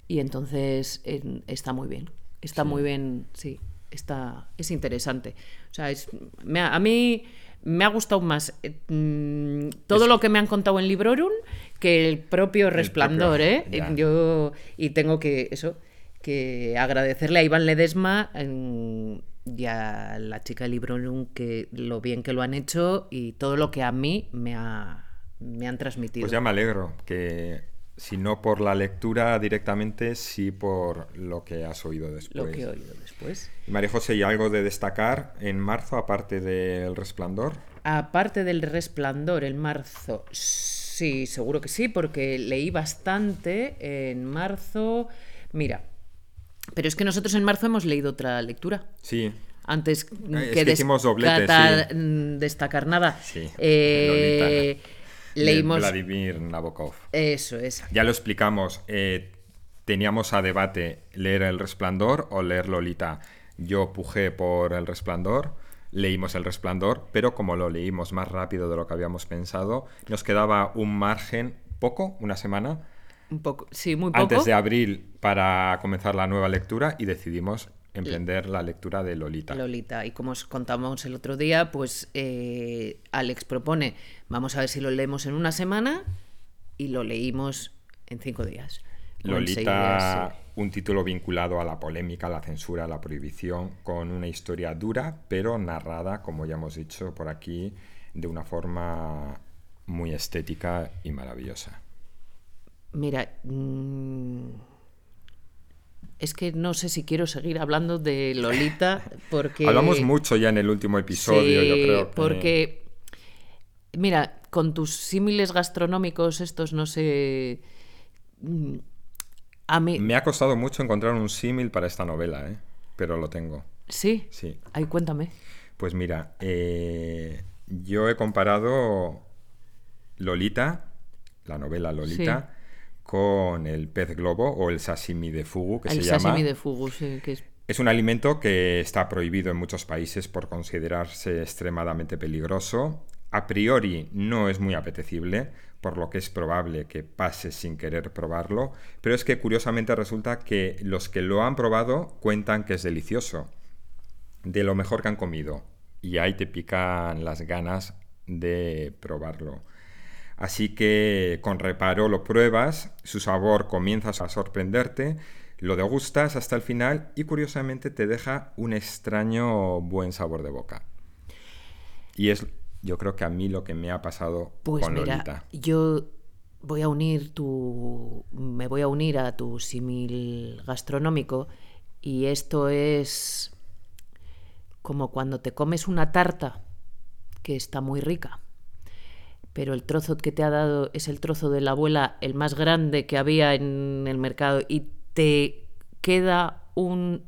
y entonces eh, está muy bien. Está sí. muy bien, sí. Está, es interesante. O sea, es, me ha, a mí me ha gustado más eh, mmm, todo es... lo que me han contado en Librorum que el propio Resplandor, el propio, ¿eh? Yo, y tengo que, eso, que agradecerle a Iván Ledesma en, y a la chica de Librorum que lo bien que lo han hecho y todo lo que a mí me, ha, me han transmitido. Pues ya me alegro que... Si no por la lectura directamente, sí por lo que has oído después. Lo que he oído después. Y María José, ¿y algo de destacar en marzo, aparte del Resplandor? Aparte del Resplandor, en marzo, sí, seguro que sí, porque leí bastante en marzo. Mira, pero es que nosotros en marzo hemos leído otra lectura. Sí. Antes es que, que hicimos doblete, sí. destacar nada. Sí, eh, Lolita. Leímos... Vladimir Nabokov. Eso es. Ya lo explicamos. Eh, teníamos a debate leer El Resplandor o leer Lolita. Yo pujé por El Resplandor, leímos El Resplandor, pero como lo leímos más rápido de lo que habíamos pensado, nos quedaba un margen, poco, una semana, un poco, sí, muy poco, antes de abril para comenzar la nueva lectura y decidimos emprender la lectura de Lolita. Lolita, y como os contamos el otro día, pues eh, Alex propone, vamos a ver si lo leemos en una semana, y lo leímos en cinco días. Lolita, días, sí. Un título vinculado a la polémica, a la censura, a la prohibición, con una historia dura, pero narrada, como ya hemos dicho por aquí, de una forma muy estética y maravillosa. Mira... Mmm... Es que no sé si quiero seguir hablando de Lolita porque... Hablamos mucho ya en el último episodio, sí, yo creo que... porque, mira, con tus símiles gastronómicos estos, no sé... A mí... Me ha costado mucho encontrar un símil para esta novela, ¿eh? Pero lo tengo. ¿Sí? Sí. Ay, cuéntame. Pues mira, eh, yo he comparado Lolita, la novela Lolita... Sí. Con el pez globo o el sashimi de fugu, que el se llama. El sashimi de fugu, sí. Que es... es un alimento que está prohibido en muchos países por considerarse extremadamente peligroso. A priori no es muy apetecible, por lo que es probable que pases sin querer probarlo, pero es que curiosamente resulta que los que lo han probado cuentan que es delicioso, de lo mejor que han comido, y ahí te pican las ganas de probarlo. Así que con reparo lo pruebas, su sabor comienza a sorprenderte, lo degustas hasta el final y curiosamente te deja un extraño buen sabor de boca. Y es, yo creo que a mí lo que me ha pasado pues con mira, Lolita. Yo voy a unir tu, me voy a unir a tu símil gastronómico, y esto es como cuando te comes una tarta que está muy rica, pero el trozo que te ha dado es el trozo de la abuela, el más grande que había en el mercado, y te queda un,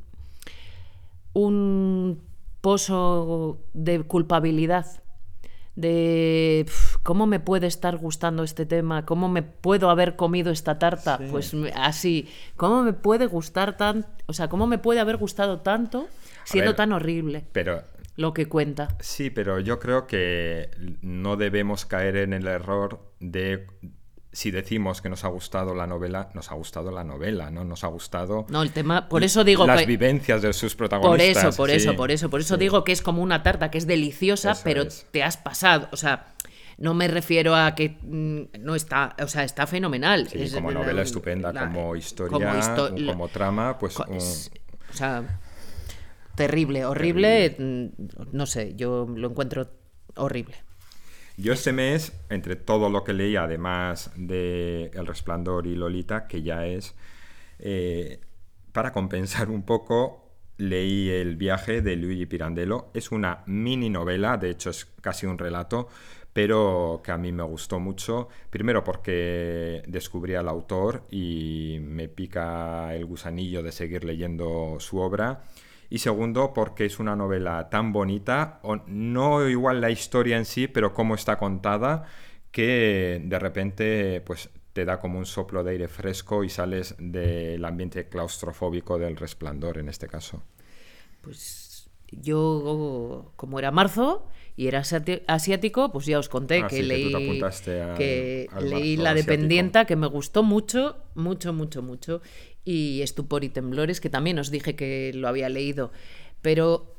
un pozo de culpabilidad, de pff, cómo me puede estar gustando este tema, cómo me puedo haber comido esta tarta, sí. Pues así, cómo me puede gustar tan, o sea, cómo me puede haber gustado tanto siendo ver, tan horrible. Pero lo que cuenta. Sí, pero yo creo que no debemos caer en el error de, si decimos que nos ha gustado la novela, nos ha gustado la novela, ¿no? Nos ha gustado... No, el tema, por eso digo las que... vivencias de sus protagonistas. Por eso, por sí, eso, por eso, por eso sí. digo que es como una tarta que es deliciosa, eso pero es. Te has pasado, o sea... No me refiero a que mmm, no está, o sea, está fenomenal. Sí, es, como novela la, estupenda, la, como historia, como, histo como trama, pues... Co un... O sea... Terrible, horrible, terrible. No sé, yo lo encuentro horrible. Yo este mes, entre todo lo que leí, además de El Resplandor y Lolita, que ya es, eh, para compensar un poco, leí El viaje de Luigi Pirandello. Es una mini novela, de hecho es casi un relato, pero que a mí me gustó mucho. Primero porque descubrí al autor y me pica el gusanillo de seguir leyendo su obra. Y segundo, porque es una novela tan bonita, o no igual la historia en sí, pero cómo está contada, que de repente pues, te da como un soplo de aire fresco y sales del ambiente claustrofóbico del Resplandor, en este caso. Pues yo, como era marzo y era asiático, pues ya os conté ah, que sí, leí, que tú te apuntaste al, que al leí La asiático. Dependienta, que me gustó mucho, mucho, mucho, mucho. y Estupor y Temblores, que también os dije que lo había leído, pero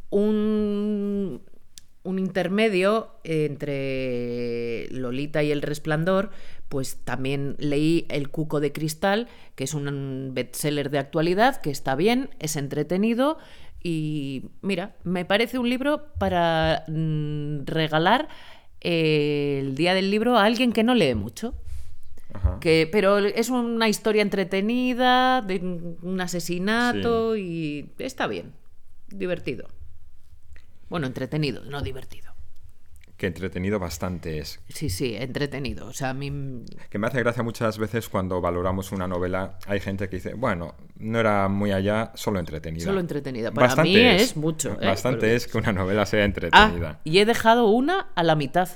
un, un intermedio entre Lolita y El Resplandor, pues también leí El Cuco de Cristal, que es un bestseller de actualidad, que está bien, es entretenido y mira, me parece un libro para mmm, regalar eh, el día del libro a alguien que no lee mucho. Ajá. Que, pero es una historia entretenida de un asesinato sí. Y está bien, divertido. Bueno, entretenido, no divertido. Que entretenido bastante es. Sí, sí, entretenido. O sea, a mí... Que me hace gracia muchas veces cuando valoramos una novela. Hay gente que dice, bueno, no era muy allá, solo entretenida. Solo entretenida. Para bastante mí es, es mucho. ¿eh? Bastante Porque... es que una novela sea entretenida. Ah, y he dejado una a la mitad.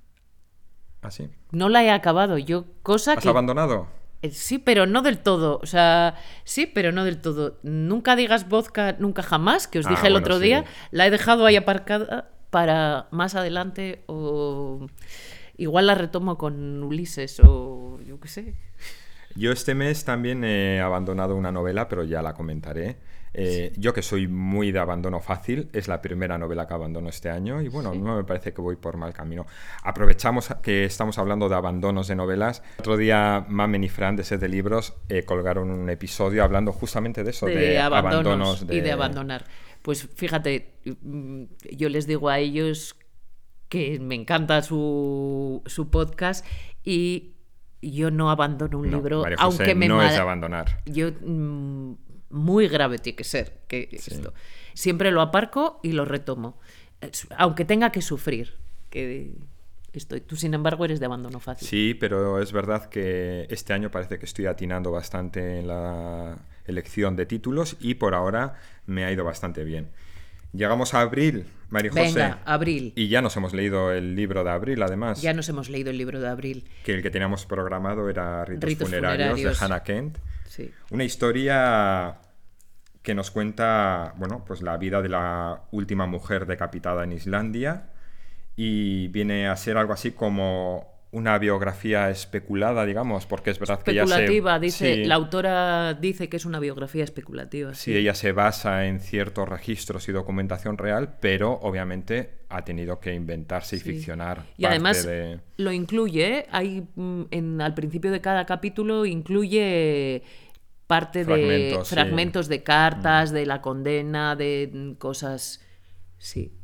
¿Ah, sí? No la he acabado. Yo, cosa ¿Has que... abandonado? Sí, pero no del todo. O sea, sí, pero no del todo. Nunca digas vodka, nunca jamás, que os dije ah, el bueno, otro sí. día. La he dejado ahí aparcada para más adelante o igual la retomo con Ulises o yo qué sé. Yo este mes también he abandonado una novela, pero ya la comentaré. Eh, sí. Yo que soy muy de abandono fácil, es la primera novela que abandono este año y bueno, sí. no me parece que voy por mal camino. Aprovechamos que estamos hablando de abandonos de novelas. Otro día Mamen y Fran de Set de Libros eh, colgaron un episodio hablando justamente de eso, de, de abandonos, abandonos de... y de abandonar. Pues fíjate, yo les digo a ellos que me encanta su, su podcast y yo no abandono un no, libro, María José, aunque me no mal... es de abandonar. Yo mm, muy grave tiene que ser que sí. esto. Siempre lo aparco y lo retomo, aunque tenga que sufrir. Que estoy. Tú, sin embargo, eres de abandono fácil. Sí, pero es verdad que este año parece que estoy atinando bastante en la elección de títulos y por ahora me ha ido bastante bien. Llegamos a abril, María José. Venga, abril. Y ya nos hemos leído el libro de abril, además. Ya nos hemos leído el libro de abril. Que el que teníamos programado era Ritos, Ritos funerarios, funerarios de Hannah Kent. Sí. Una historia que nos cuenta, bueno, pues la vida de la última mujer decapitada en Islandia y viene a ser algo así como una biografía especulada, digamos, porque es verdad que ella se... Especulativa, dice, sí, la autora dice que es una biografía especulativa. Sí, sí, ella se basa en ciertos registros y documentación real, pero obviamente ha tenido que inventarse y sí. ficcionar. Y además de... lo incluye, ¿eh? Hay en, al principio de cada capítulo incluye parte fragmentos, de fragmentos sí. de cartas, mm. de la condena, de cosas... Sí.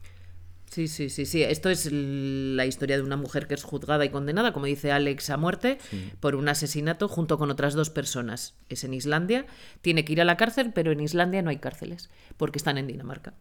Sí, sí, sí, sí. Esto es la historia de una mujer que es juzgada y condenada, como dice Alex, a muerte sí. por un asesinato junto con otras dos personas. Es en Islandia. Tiene que ir a la cárcel, pero en Islandia no hay cárceles, porque están en Dinamarca.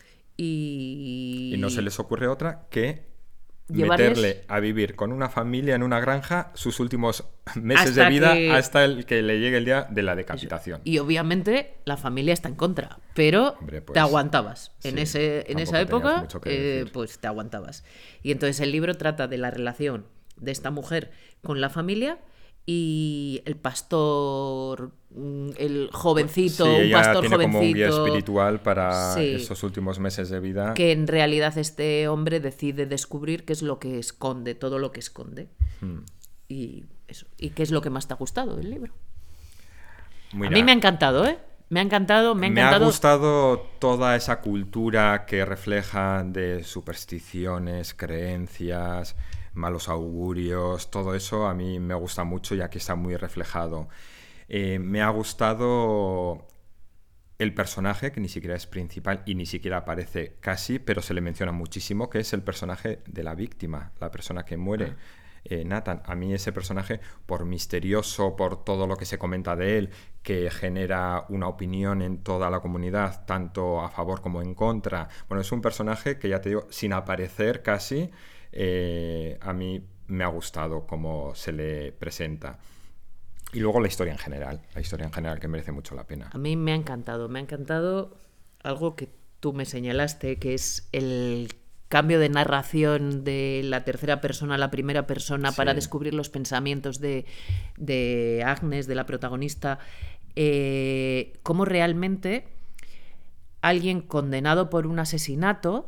Y, y no se les ocurre otra que llevarles... meterle a vivir con una familia en una granja sus últimos meses hasta de vida que... hasta el que le llegue el día de la decapitación. Eso. Y obviamente la familia está en contra, pero Hombre, pues, te aguantabas. En, sí, ese, en esa época, eh, pues te aguantabas. Y entonces el libro trata de la relación de esta mujer con la familia y el pastor, el jovencito, sí, un ella pastor tiene jovencito, como un guía espiritual para sí, esos últimos meses de vida. Que en realidad este hombre decide descubrir qué es lo que esconde, todo lo que esconde. Hmm. Y eso. ¿Y qué es lo que más te ha gustado del libro? Mira, a mí me ha encantado, ¿eh? Me ha encantado, me ha encantado. Me ha gustado toda esa cultura que refleja de supersticiones, creencias, malos augurios, todo eso a mí me gusta mucho y aquí está muy reflejado. Eh, me ha gustado el personaje, que ni siquiera es principal y ni siquiera aparece casi, pero se le menciona muchísimo, que es el personaje de la víctima, la persona que muere. Ah. Eh, Nathan, a mí ese personaje, por misterioso, por todo lo que se comenta de él, que genera una opinión en toda la comunidad, tanto a favor como en contra, bueno, es un personaje que ya te digo, sin aparecer casi, eh, a mí me ha gustado cómo se le presenta. Y luego la historia en general, la historia en general que merece mucho la pena. A mí me ha encantado, me ha encantado algo que tú me señalaste, que es el cambio de narración de la tercera persona a la primera persona sí. para descubrir los pensamientos de, de Agnes, de la protagonista, eh, cómo realmente alguien condenado por un asesinato,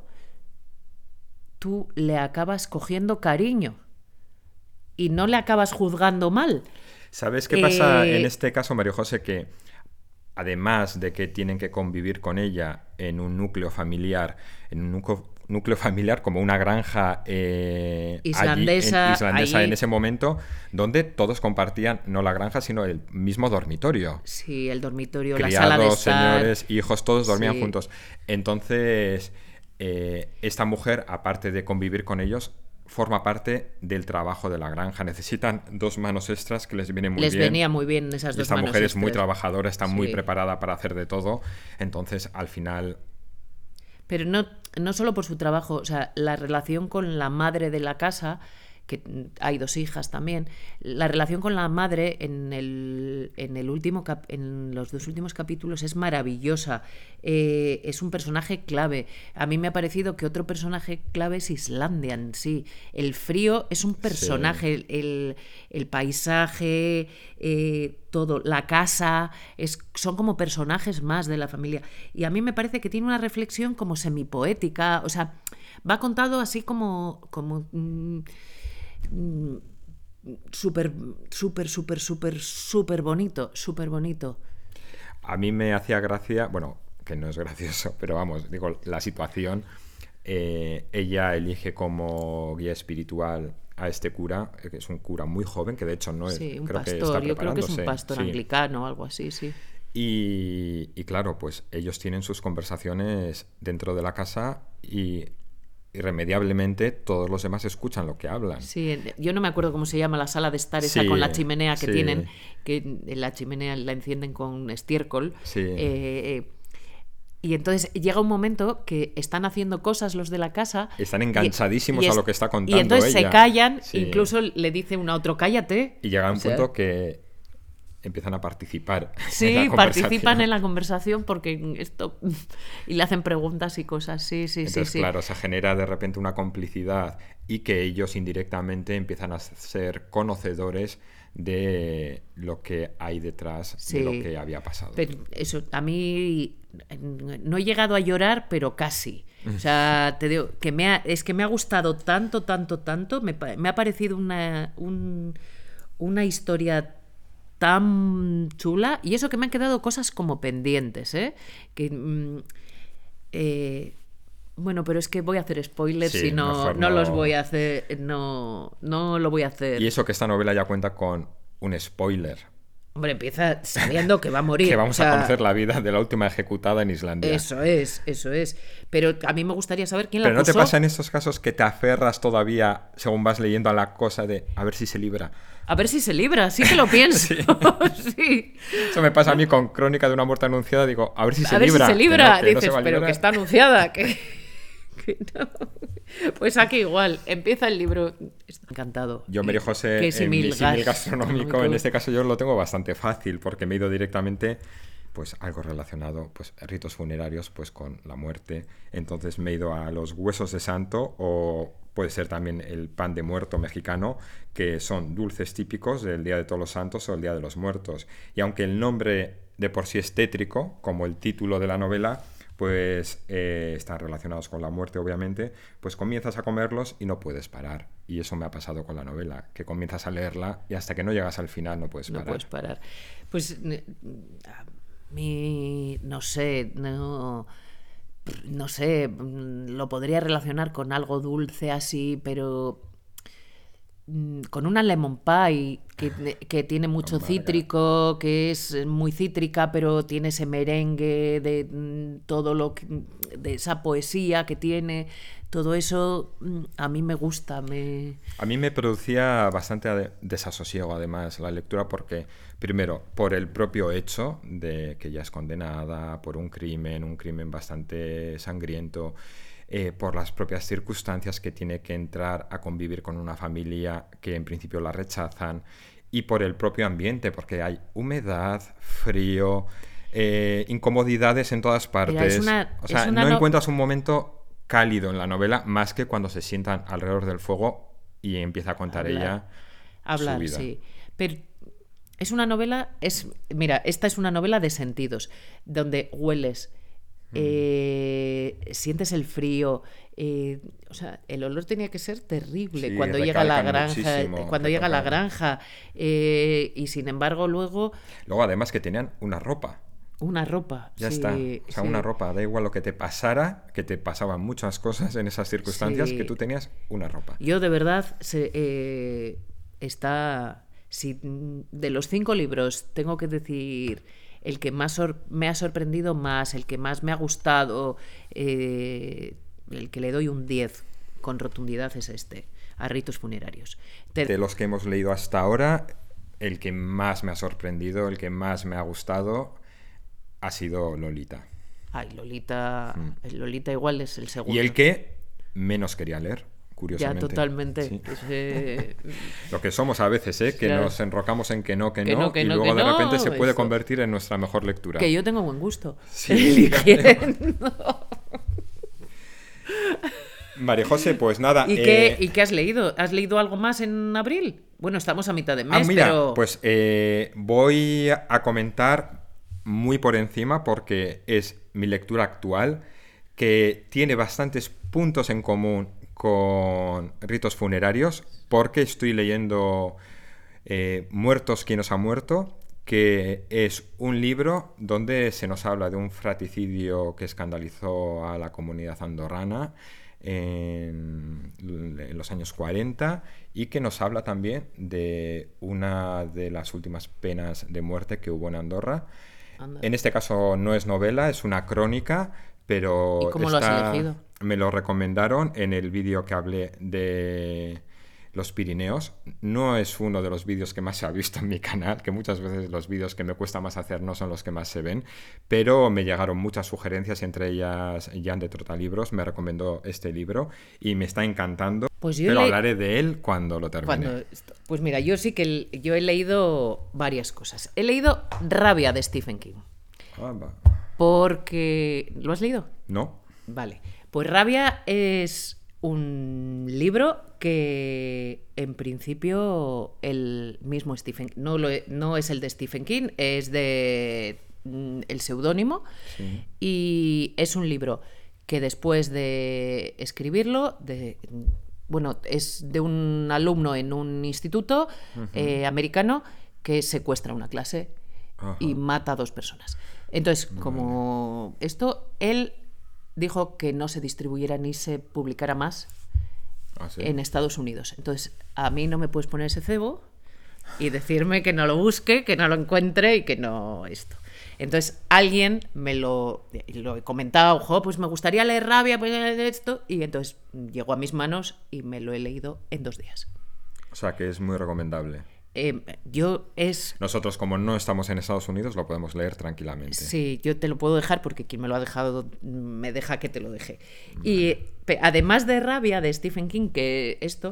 tú le acabas cogiendo cariño y no le acabas juzgando mal. ¿Sabes qué pasa Eh, en este caso, María José? Que además de que tienen que convivir con ella en un núcleo familiar, en un núcleo, núcleo familiar como una granja eh, allí en, islandesa, islandesa en allí, ese momento, donde todos compartían no la granja, sino el mismo dormitorio. sí, el dormitorio, la sala de Criados, estar, señores, hijos, todos dormían sí. juntos. Entonces, eh, esta mujer, aparte de convivir con ellos, forma parte del trabajo de la granja. Necesitan dos manos extras que les vienen muy Les bien. venía muy bien esas Y dos esta manos mujer es muy extras. trabajadora, está muy Sí. preparada para hacer de todo. Entonces, al final, Pero no, no solo por su trabajo, o sea, la relación con la madre de la casa, que hay dos hijas también, la relación con la madre en el, en el último cap- en los dos últimos capítulos es maravillosa. Eh, es un personaje clave. A mí me ha parecido que otro personaje clave es Islandia en sí. El frío es un sí. personaje, el, el paisaje, eh, todo, la casa, es, son como personajes más de la familia. Y a mí me parece que tiene una reflexión como semipoética, o sea, va contado así como, como mm, mm, súper, súper, súper, súper, súper bonito, súper bonito. A mí me hacía gracia, bueno, que no es gracioso, pero vamos, digo, la situación, eh, ella elige como guía espiritual a este cura, eh, que es un cura muy joven, que de hecho no es, Sí, un creo que está pastor, yo creo que es un preparándose, pastor sí. anglicano o algo así, sí. Y, y claro, pues ellos tienen sus conversaciones dentro de la casa y irremediablemente todos los demás escuchan lo que hablan. Sí, yo no me acuerdo cómo se llama la sala de estar esa con Sí, la chimenea que tienen, sí, que la chimenea la encienden con estiércol. sí. eh, y entonces llega un momento que están haciendo cosas los de la casa Están y, y, enganchadísimos a es- lo que está y contando entonces se ella. callan, Sí. incluso le dice uno a otro, cállate. Y llega O un sea, punto que empiezan a participar en la sí, participan en conversación. la conversación porque esto y le hacen preguntas y cosas. Sí, sí, sí, Entonces, sí. claro, se genera de repente una complicidad y que ellos indirectamente empiezan a ser conocedores de lo que hay detrás de lo Sí, que había pasado. pero eso, a mí no he llegado a llorar, pero casi. O sea, te digo, que me ha, es que me ha gustado tanto, tanto, tanto, me, pa- me ha parecido una, un- una historia tan chula, y eso que me han quedado cosas como pendientes, ¿eh? Que, mm, eh, bueno, pero es que voy a hacer spoilers y Sí, no, mejor no los voy no. a hacer, no, no lo voy a Y hacer. eso que esta novela ya cuenta con un spoiler, Hombre, empieza sabiendo que va a que morir. O vamos a sea, conocer la vida de la última ejecutada en Islandia. eso es, eso es. Pero a mí me gustaría saber quién la Pero ¿no te acusó. pasa en estos casos que te aferras todavía, según vas leyendo, a la cosa de a ver si se libra? A ver si se libra, sí que lo pienso. Sí. Sí. Eso me pasa a mí con Crónica de una muerte anunciada. Digo, a ver si se A ver libra. si se Que libra. no, que no se Dices, va a pero que librar. está anunciada. Que, que no. Pues aquí igual, empieza el libro. Está encantado. Yo, María José, Que en mi símil símil gastronómico, gastronómico. en este caso yo lo tengo bastante fácil porque me he ido directamente, pues algo relacionado, pues ritos funerarios, pues con la muerte. Entonces me he ido a los huesos de santo o puede ser también el pan de muerto mexicano, que son dulces típicos del Día de Todos los Santos o el Día de los Muertos. Y aunque el nombre de por sí es tétrico, como el título de la novela, pues eh, están relacionados con la muerte, obviamente, pues comienzas a comerlos y no puedes parar. Y eso me ha pasado con la novela, que comienzas a leerla y hasta que no llegas al final no puedes No parar. puedes parar. Pues a mí, no sé, no, no sé, lo podría relacionar con algo dulce así, pero con una lemon pie que, que tiene mucho Amarga. cítrico, que es muy cítrica, pero tiene ese merengue de mm, todo lo que, de esa poesía que tiene, todo eso mm, a mí me gusta, me A mí me producía bastante ade- desasosiego, además, la lectura, porque, primero, por el propio hecho de que ella es condenada por un crimen, un crimen bastante sangriento, eh, por las propias circunstancias que tiene que entrar a convivir con una familia que en principio la rechazan, y por el propio ambiente, porque hay humedad, frío, eh, incomodidades en todas Mira, es partes. una, O es sea, una no no- encuentras un momento cálido en la novela más que cuando se sientan alrededor del fuego y empieza a contar hablar, ella su hablar, vida. sí, pero es una novela, es, mira, esta es una novela de sentidos, donde hueles eh, sientes el frío. Eh, o sea, el olor tenía que ser terrible Sí, cuando llega a la recalcan granja, muchísimo, cuando llega a la recalcan. granja, eh, y sin embargo luego Luego, además, que tenían una ropa. una ropa. Ya sí, está. O sea, sí, una ropa. Da igual lo que te pasara, que te pasaban muchas cosas en esas circunstancias, sí. que tú tenías una ropa. Yo de verdad se, eh, está. Si de los cinco libros tengo que decir el que más sor- me ha sorprendido más, el que más me ha gustado, eh, el que le doy un diez con rotundidad es este, A ritos funerarios. Te- De los que hemos leído hasta ahora, el que más me ha sorprendido, el que más me ha gustado, ha sido Lolita. Ay, Lolita, el Lolita igual es el segundo. Y el que menos quería leer, Ya, curiosamente. totalmente. Sí. Ese- Lo que somos a veces, ¿eh? Que Claro. nos enrocamos en que no, que, Que no, no, que y no, luego que de no, repente se puede eso. convertir en nuestra mejor lectura. Que yo tengo buen gusto. Sí, Eligiendo. María José, pues nada. ¿Y, eh, qué, ¿Y qué has leído? ¿Has leído algo más en abril? Bueno, estamos a mitad de mes, Ah, mira, pero... pues eh, voy a comentar muy por encima porque es mi lectura actual, que tiene bastantes puntos en común con ritos funerarios, porque estoy leyendo eh, Muertos, ¿quién nos ha muerto?, que es un libro donde se nos habla de un fratricidio que escandalizó a la comunidad andorrana en, en los años cuarenta, y que nos habla también de una de las últimas penas de muerte que hubo en Andorra. Anda. En este caso no es novela, es una crónica, pero ¿Y cómo lo has está- elegido? me lo recomendaron en el vídeo que hablé de los Pirineos. No es uno de los vídeos que más se ha visto en mi canal, que muchas veces los vídeos que me cuesta más hacer no son los que más se ven, pero me llegaron muchas sugerencias, entre ellas Jan de Trotalibros me recomendó este libro y me está encantando, Pues yo pero le- hablaré de él cuando lo termine. Cuando esto- Pues mira, yo sí que el- yo he leído varias cosas. He leído Rabia de Stephen King. Ah, va. Porque... ¿Lo has leído? ¿No? Vale. Pues Rabia es un libro que en principio el mismo Stephen no, lo, no es el de Stephen King, es de mm, el seudónimo, Sí. y es un libro que después de escribirlo, de, bueno, es de un alumno en un instituto eh, americano que secuestra una clase Ajá. y mata a dos personas. Entonces, como esto, él dijo que no se distribuyera ni se publicara más Ah, ¿sí? en Estados Unidos. Entonces, a mí no me puedes poner ese cebo y decirme que no lo busque, que no lo encuentre y que no esto. Entonces, alguien me lo, lo he comentado, ojo, pues me gustaría leer Rabia, pues esto, y entonces llegó a mis manos y me lo he leído en dos días. O sea que es muy recomendable. Eh, yo es... Nosotros, como no estamos en Estados Unidos, lo podemos leer tranquilamente. Sí, yo te lo puedo dejar porque quien me lo ha dejado me deja que te lo deje. Y pe- además de Rabia de Stephen King, que esto,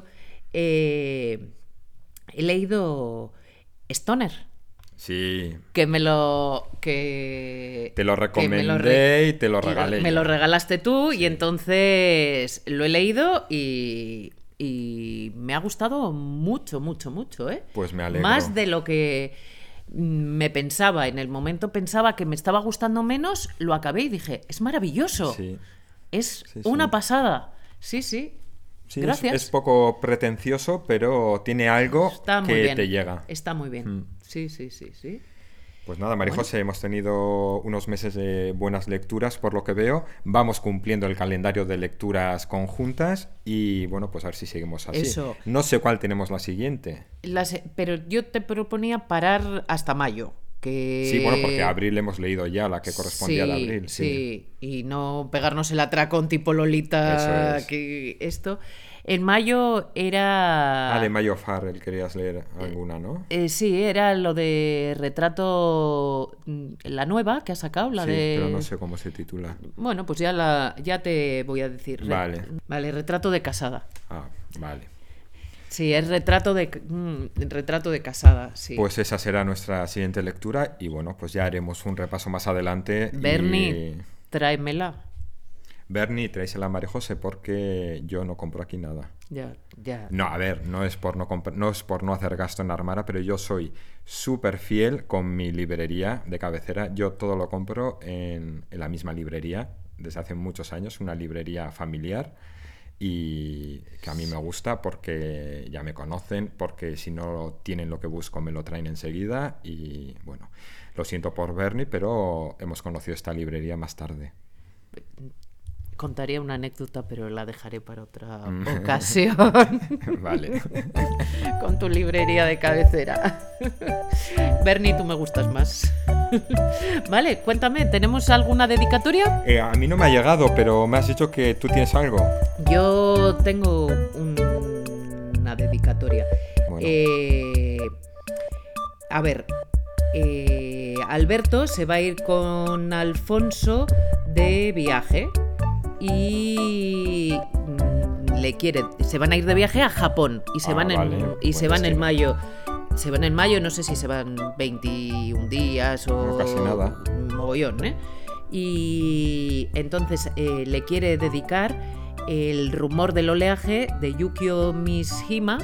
eh, he leído Stoner, Sí, que me lo que te lo que me recomendé re- y te lo y regalé. Me yo. lo regalaste tú y entonces lo he leído y, y me ha gustado mucho, mucho, mucho, ¿eh? Pues me alegro. Más de lo que me pensaba. En el momento pensaba que me estaba gustando menos, lo acabé y dije, es maravilloso. Sí. Es Sí, sí. una pasada. Sí, sí. Sí, es- Gracias. Es, poco pretencioso, pero tiene algo Está muy que bien. te llega. Está muy bien. Mm. Sí, sí, sí, sí. Pues nada, María Bueno. José, hemos tenido unos meses de buenas lecturas, por lo que veo. Vamos cumpliendo el calendario de lecturas conjuntas y, bueno, pues a ver si seguimos así. Eso. No sé cuál tenemos la siguiente. Las- pero yo te proponía parar hasta mayo. Que... Sí, bueno, porque abril hemos leído ya la que correspondía sí, al abril. Sí. sí, y no pegarnos el atracón tipo Lolita. Eso es. Que esto. En mayo era. Ah, de Mayo Farrell querías leer alguna, ¿no? Eh, sí, era lo de retrato, mm, la nueva que ha sacado, la Sí, de... pero no sé cómo se titula. Bueno, pues ya, la, ya te voy a decir. Re- Vale. Vale, retrato de casada. Ah, vale. Sí, es retrato de, mm, retrato de casada, sí. Pues esa será nuestra siguiente lectura y bueno, pues ya haremos un repaso más adelante. y- Bernie, tráemela. Bernie, tráesela a María José porque yo no compro aquí nada. Ya, ya. No, a ver, no es por no, compr- no, es por no hacer gasto en Armara, pero yo soy súper fiel con mi librería de cabecera. Yo todo lo compro en, en la misma librería desde hace muchos años, una librería familiar, y que a mí me gusta porque ya me conocen, porque si no tienen lo que busco me lo traen enseguida. Y bueno, lo siento por Bernie, pero hemos conocido esta librería más tarde. Contaría una anécdota, pero la dejaré para otra ocasión. Vale. Con tu librería de cabecera. Bernie, tú me gustas más. Vale, cuéntame, ¿tenemos alguna dedicatoria? Eh, a mí no me ha llegado, pero me has dicho que tú tienes algo. Yo tengo un- una dedicatoria. Bueno. Eh, a ver, eh, Alberto se va a ir con Alfonso de viaje y mm, le quiere, se van a ir de viaje a Japón y se Ah, van en, vale. y se Buen van en destino. mayo. Se van en mayo, no sé si se van veintiún días o No, casi nada. un mogollón, ¿eh? Y entonces eh, le quiere dedicar El rumor del oleaje de Yukio Mishima,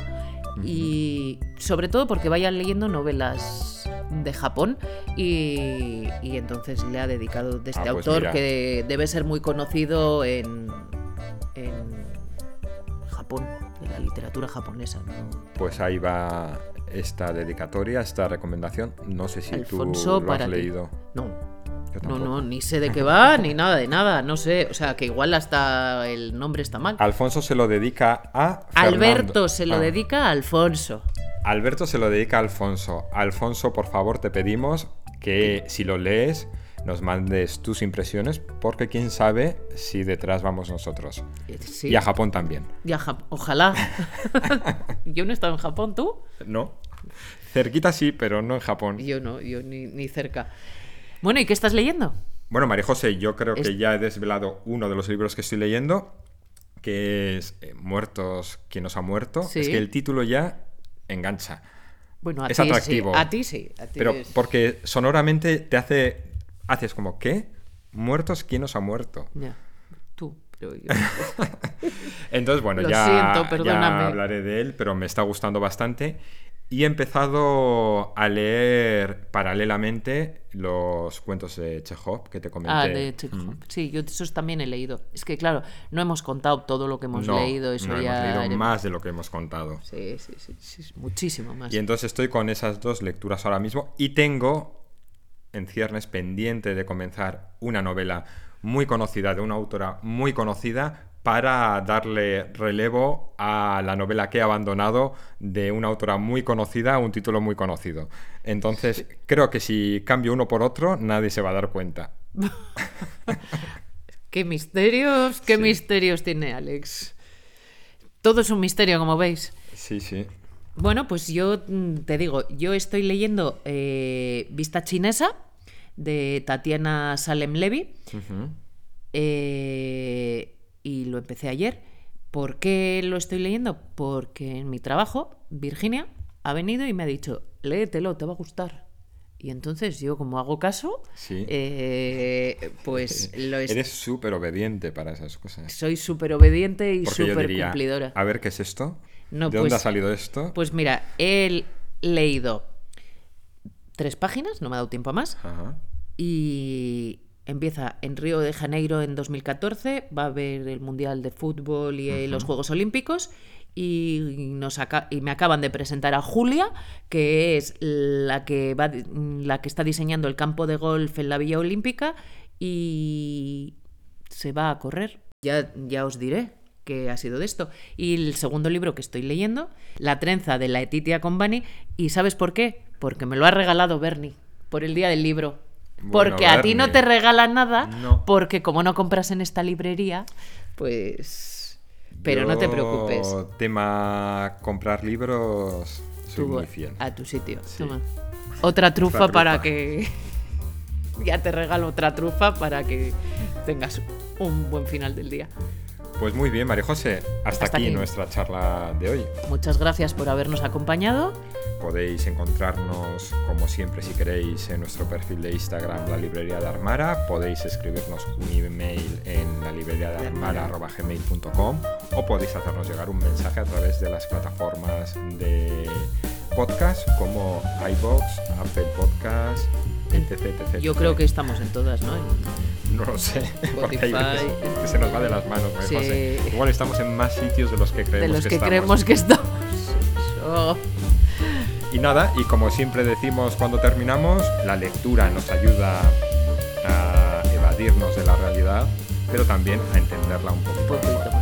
y sobre todo porque vayan leyendo novelas de Japón, y, y entonces le ha dedicado de este Ah, pues autor mira. que debe ser muy conocido en, en Japón, de la literatura japonesa, ¿no? Pues ahí va esta dedicatoria, esta recomendación. No sé si Alfonso, tú lo para has ti. leído. No, Yo no, tampoco. no, ni sé de qué va, ni nada de nada, no sé, o sea, que igual hasta el nombre está mal. Alfonso se lo dedica a Fernando. Alberto se lo Ah, dedica a Alfonso. Alberto se lo dedica a Alfonso. Alfonso, por favor, te pedimos que si lo lees nos mandes tus impresiones, porque quién sabe si detrás vamos nosotros. Eh, Sí. Y a Japón también. Y a Jap- Ojalá. Yo no he estado en Japón, ¿tú? No. Cerquita sí, pero no en Japón. Yo no, yo ni, ni cerca. Bueno, ¿y qué estás leyendo? Bueno, María José, yo creo que Es- ya he desvelado uno de los libros que estoy leyendo, que es eh, Muertos, ¿quién nos ha muerto? Sí. Es que el título ya engancha. Bueno, a Es ti atractivo. sí. A ti sí. A ti Pero es- porque sonoramente te hace... Haces como, ¿qué? ¿Muertos? ¿Quién nos ha muerto? Ya, tú, pero yo... Entonces, bueno, Lo ya, siento, ya perdóname. hablaré de él, pero me está gustando bastante. Y he empezado a leer paralelamente los cuentos de Chekhov que te comenté. Ah, de Chekhov. Mm. Sí, yo esos también he leído. Es que, claro, no hemos contado todo lo que hemos No, leído. Eso no, ya... hemos leído más de lo que hemos contado. Sí, sí, sí, sí, sí, muchísimo más. Y entonces estoy con esas dos lecturas ahora mismo y tengo en ciernes pendiente de comenzar una novela muy conocida, de una autora muy conocida, para darle relevo a la novela que he abandonado de una autora muy conocida a un título muy conocido. Entonces, creo que si cambio uno por otro, nadie se va a dar cuenta. Qué misterios, qué Sí. misterios tiene Alex. Todo es un misterio, como veis. Sí, sí. Bueno, pues yo mm, te digo, yo estoy leyendo eh, Vista Chinesa de Tatiana Salem Levy, Ujú. eh, y lo empecé ayer. ¿Por qué lo estoy leyendo? Porque en mi trabajo Virginia ha venido y me ha dicho, léetelo, te va a gustar. Y entonces yo, como hago caso, Sí. eh, pues lo est- Eres súper obediente para esas cosas. soy súper obediente y Porque yo súper diría, cumplidora. a ver, ¿qué es esto? No, ¿De dónde pues- ha salido esto? Pues mira, he leído tres páginas, no me ha dado tiempo a más, Ajá. y empieza en Río de Janeiro en dos mil catorce, va a haber el Mundial de Fútbol y eh, los Juegos Olímpicos, y, nos aca- y me acaban de presentar a Julia, que es la que, va, la que está diseñando el campo de golf en la Villa Olímpica, y se va a correr. Ya, ya os diré qué ha sido de esto. Y el segundo libro que estoy leyendo, La trenza de la Etitia Company, ¿y sabes por qué? Porque me lo ha regalado Bernie por el día del libro. Bueno, Porque a ti no Bernie. te regalan nada, No. porque como no compras en esta librería, pues... Pero no te Yo, preocupes. Tema comprar libros, soy Tú muy fiel. a tu sitio. Sí. Toma. Otra trufa, trufa. para que... ya te regalo otra trufa para que tengas un buen final del día. Pues muy bien, María José, hasta, Hasta aquí, aquí nuestra charla de hoy. Muchas gracias por habernos acompañado. Podéis encontrarnos, como siempre, si queréis, en nuestro perfil de Instagram, La Librería de Armara. Podéis escribirnos un email en la librería de armara arroba gmail punto com o podéis hacernos llegar un mensaje a través de las plataformas de podcast como iVoox, Apple Podcast, etc, etcétera. Yo creo que estamos en todas, ¿no? En No lo sé, porque hay Spotify. veces que se nos va de las manos, María Sí. José. Igual estamos en más sitios de los que creemos de los que, que estamos. creemos que estamos. Eso. Y nada, y como siempre decimos cuando terminamos, la lectura nos ayuda a evadirnos de la realidad, pero también a entenderla un poquito Un poquito mejor. más.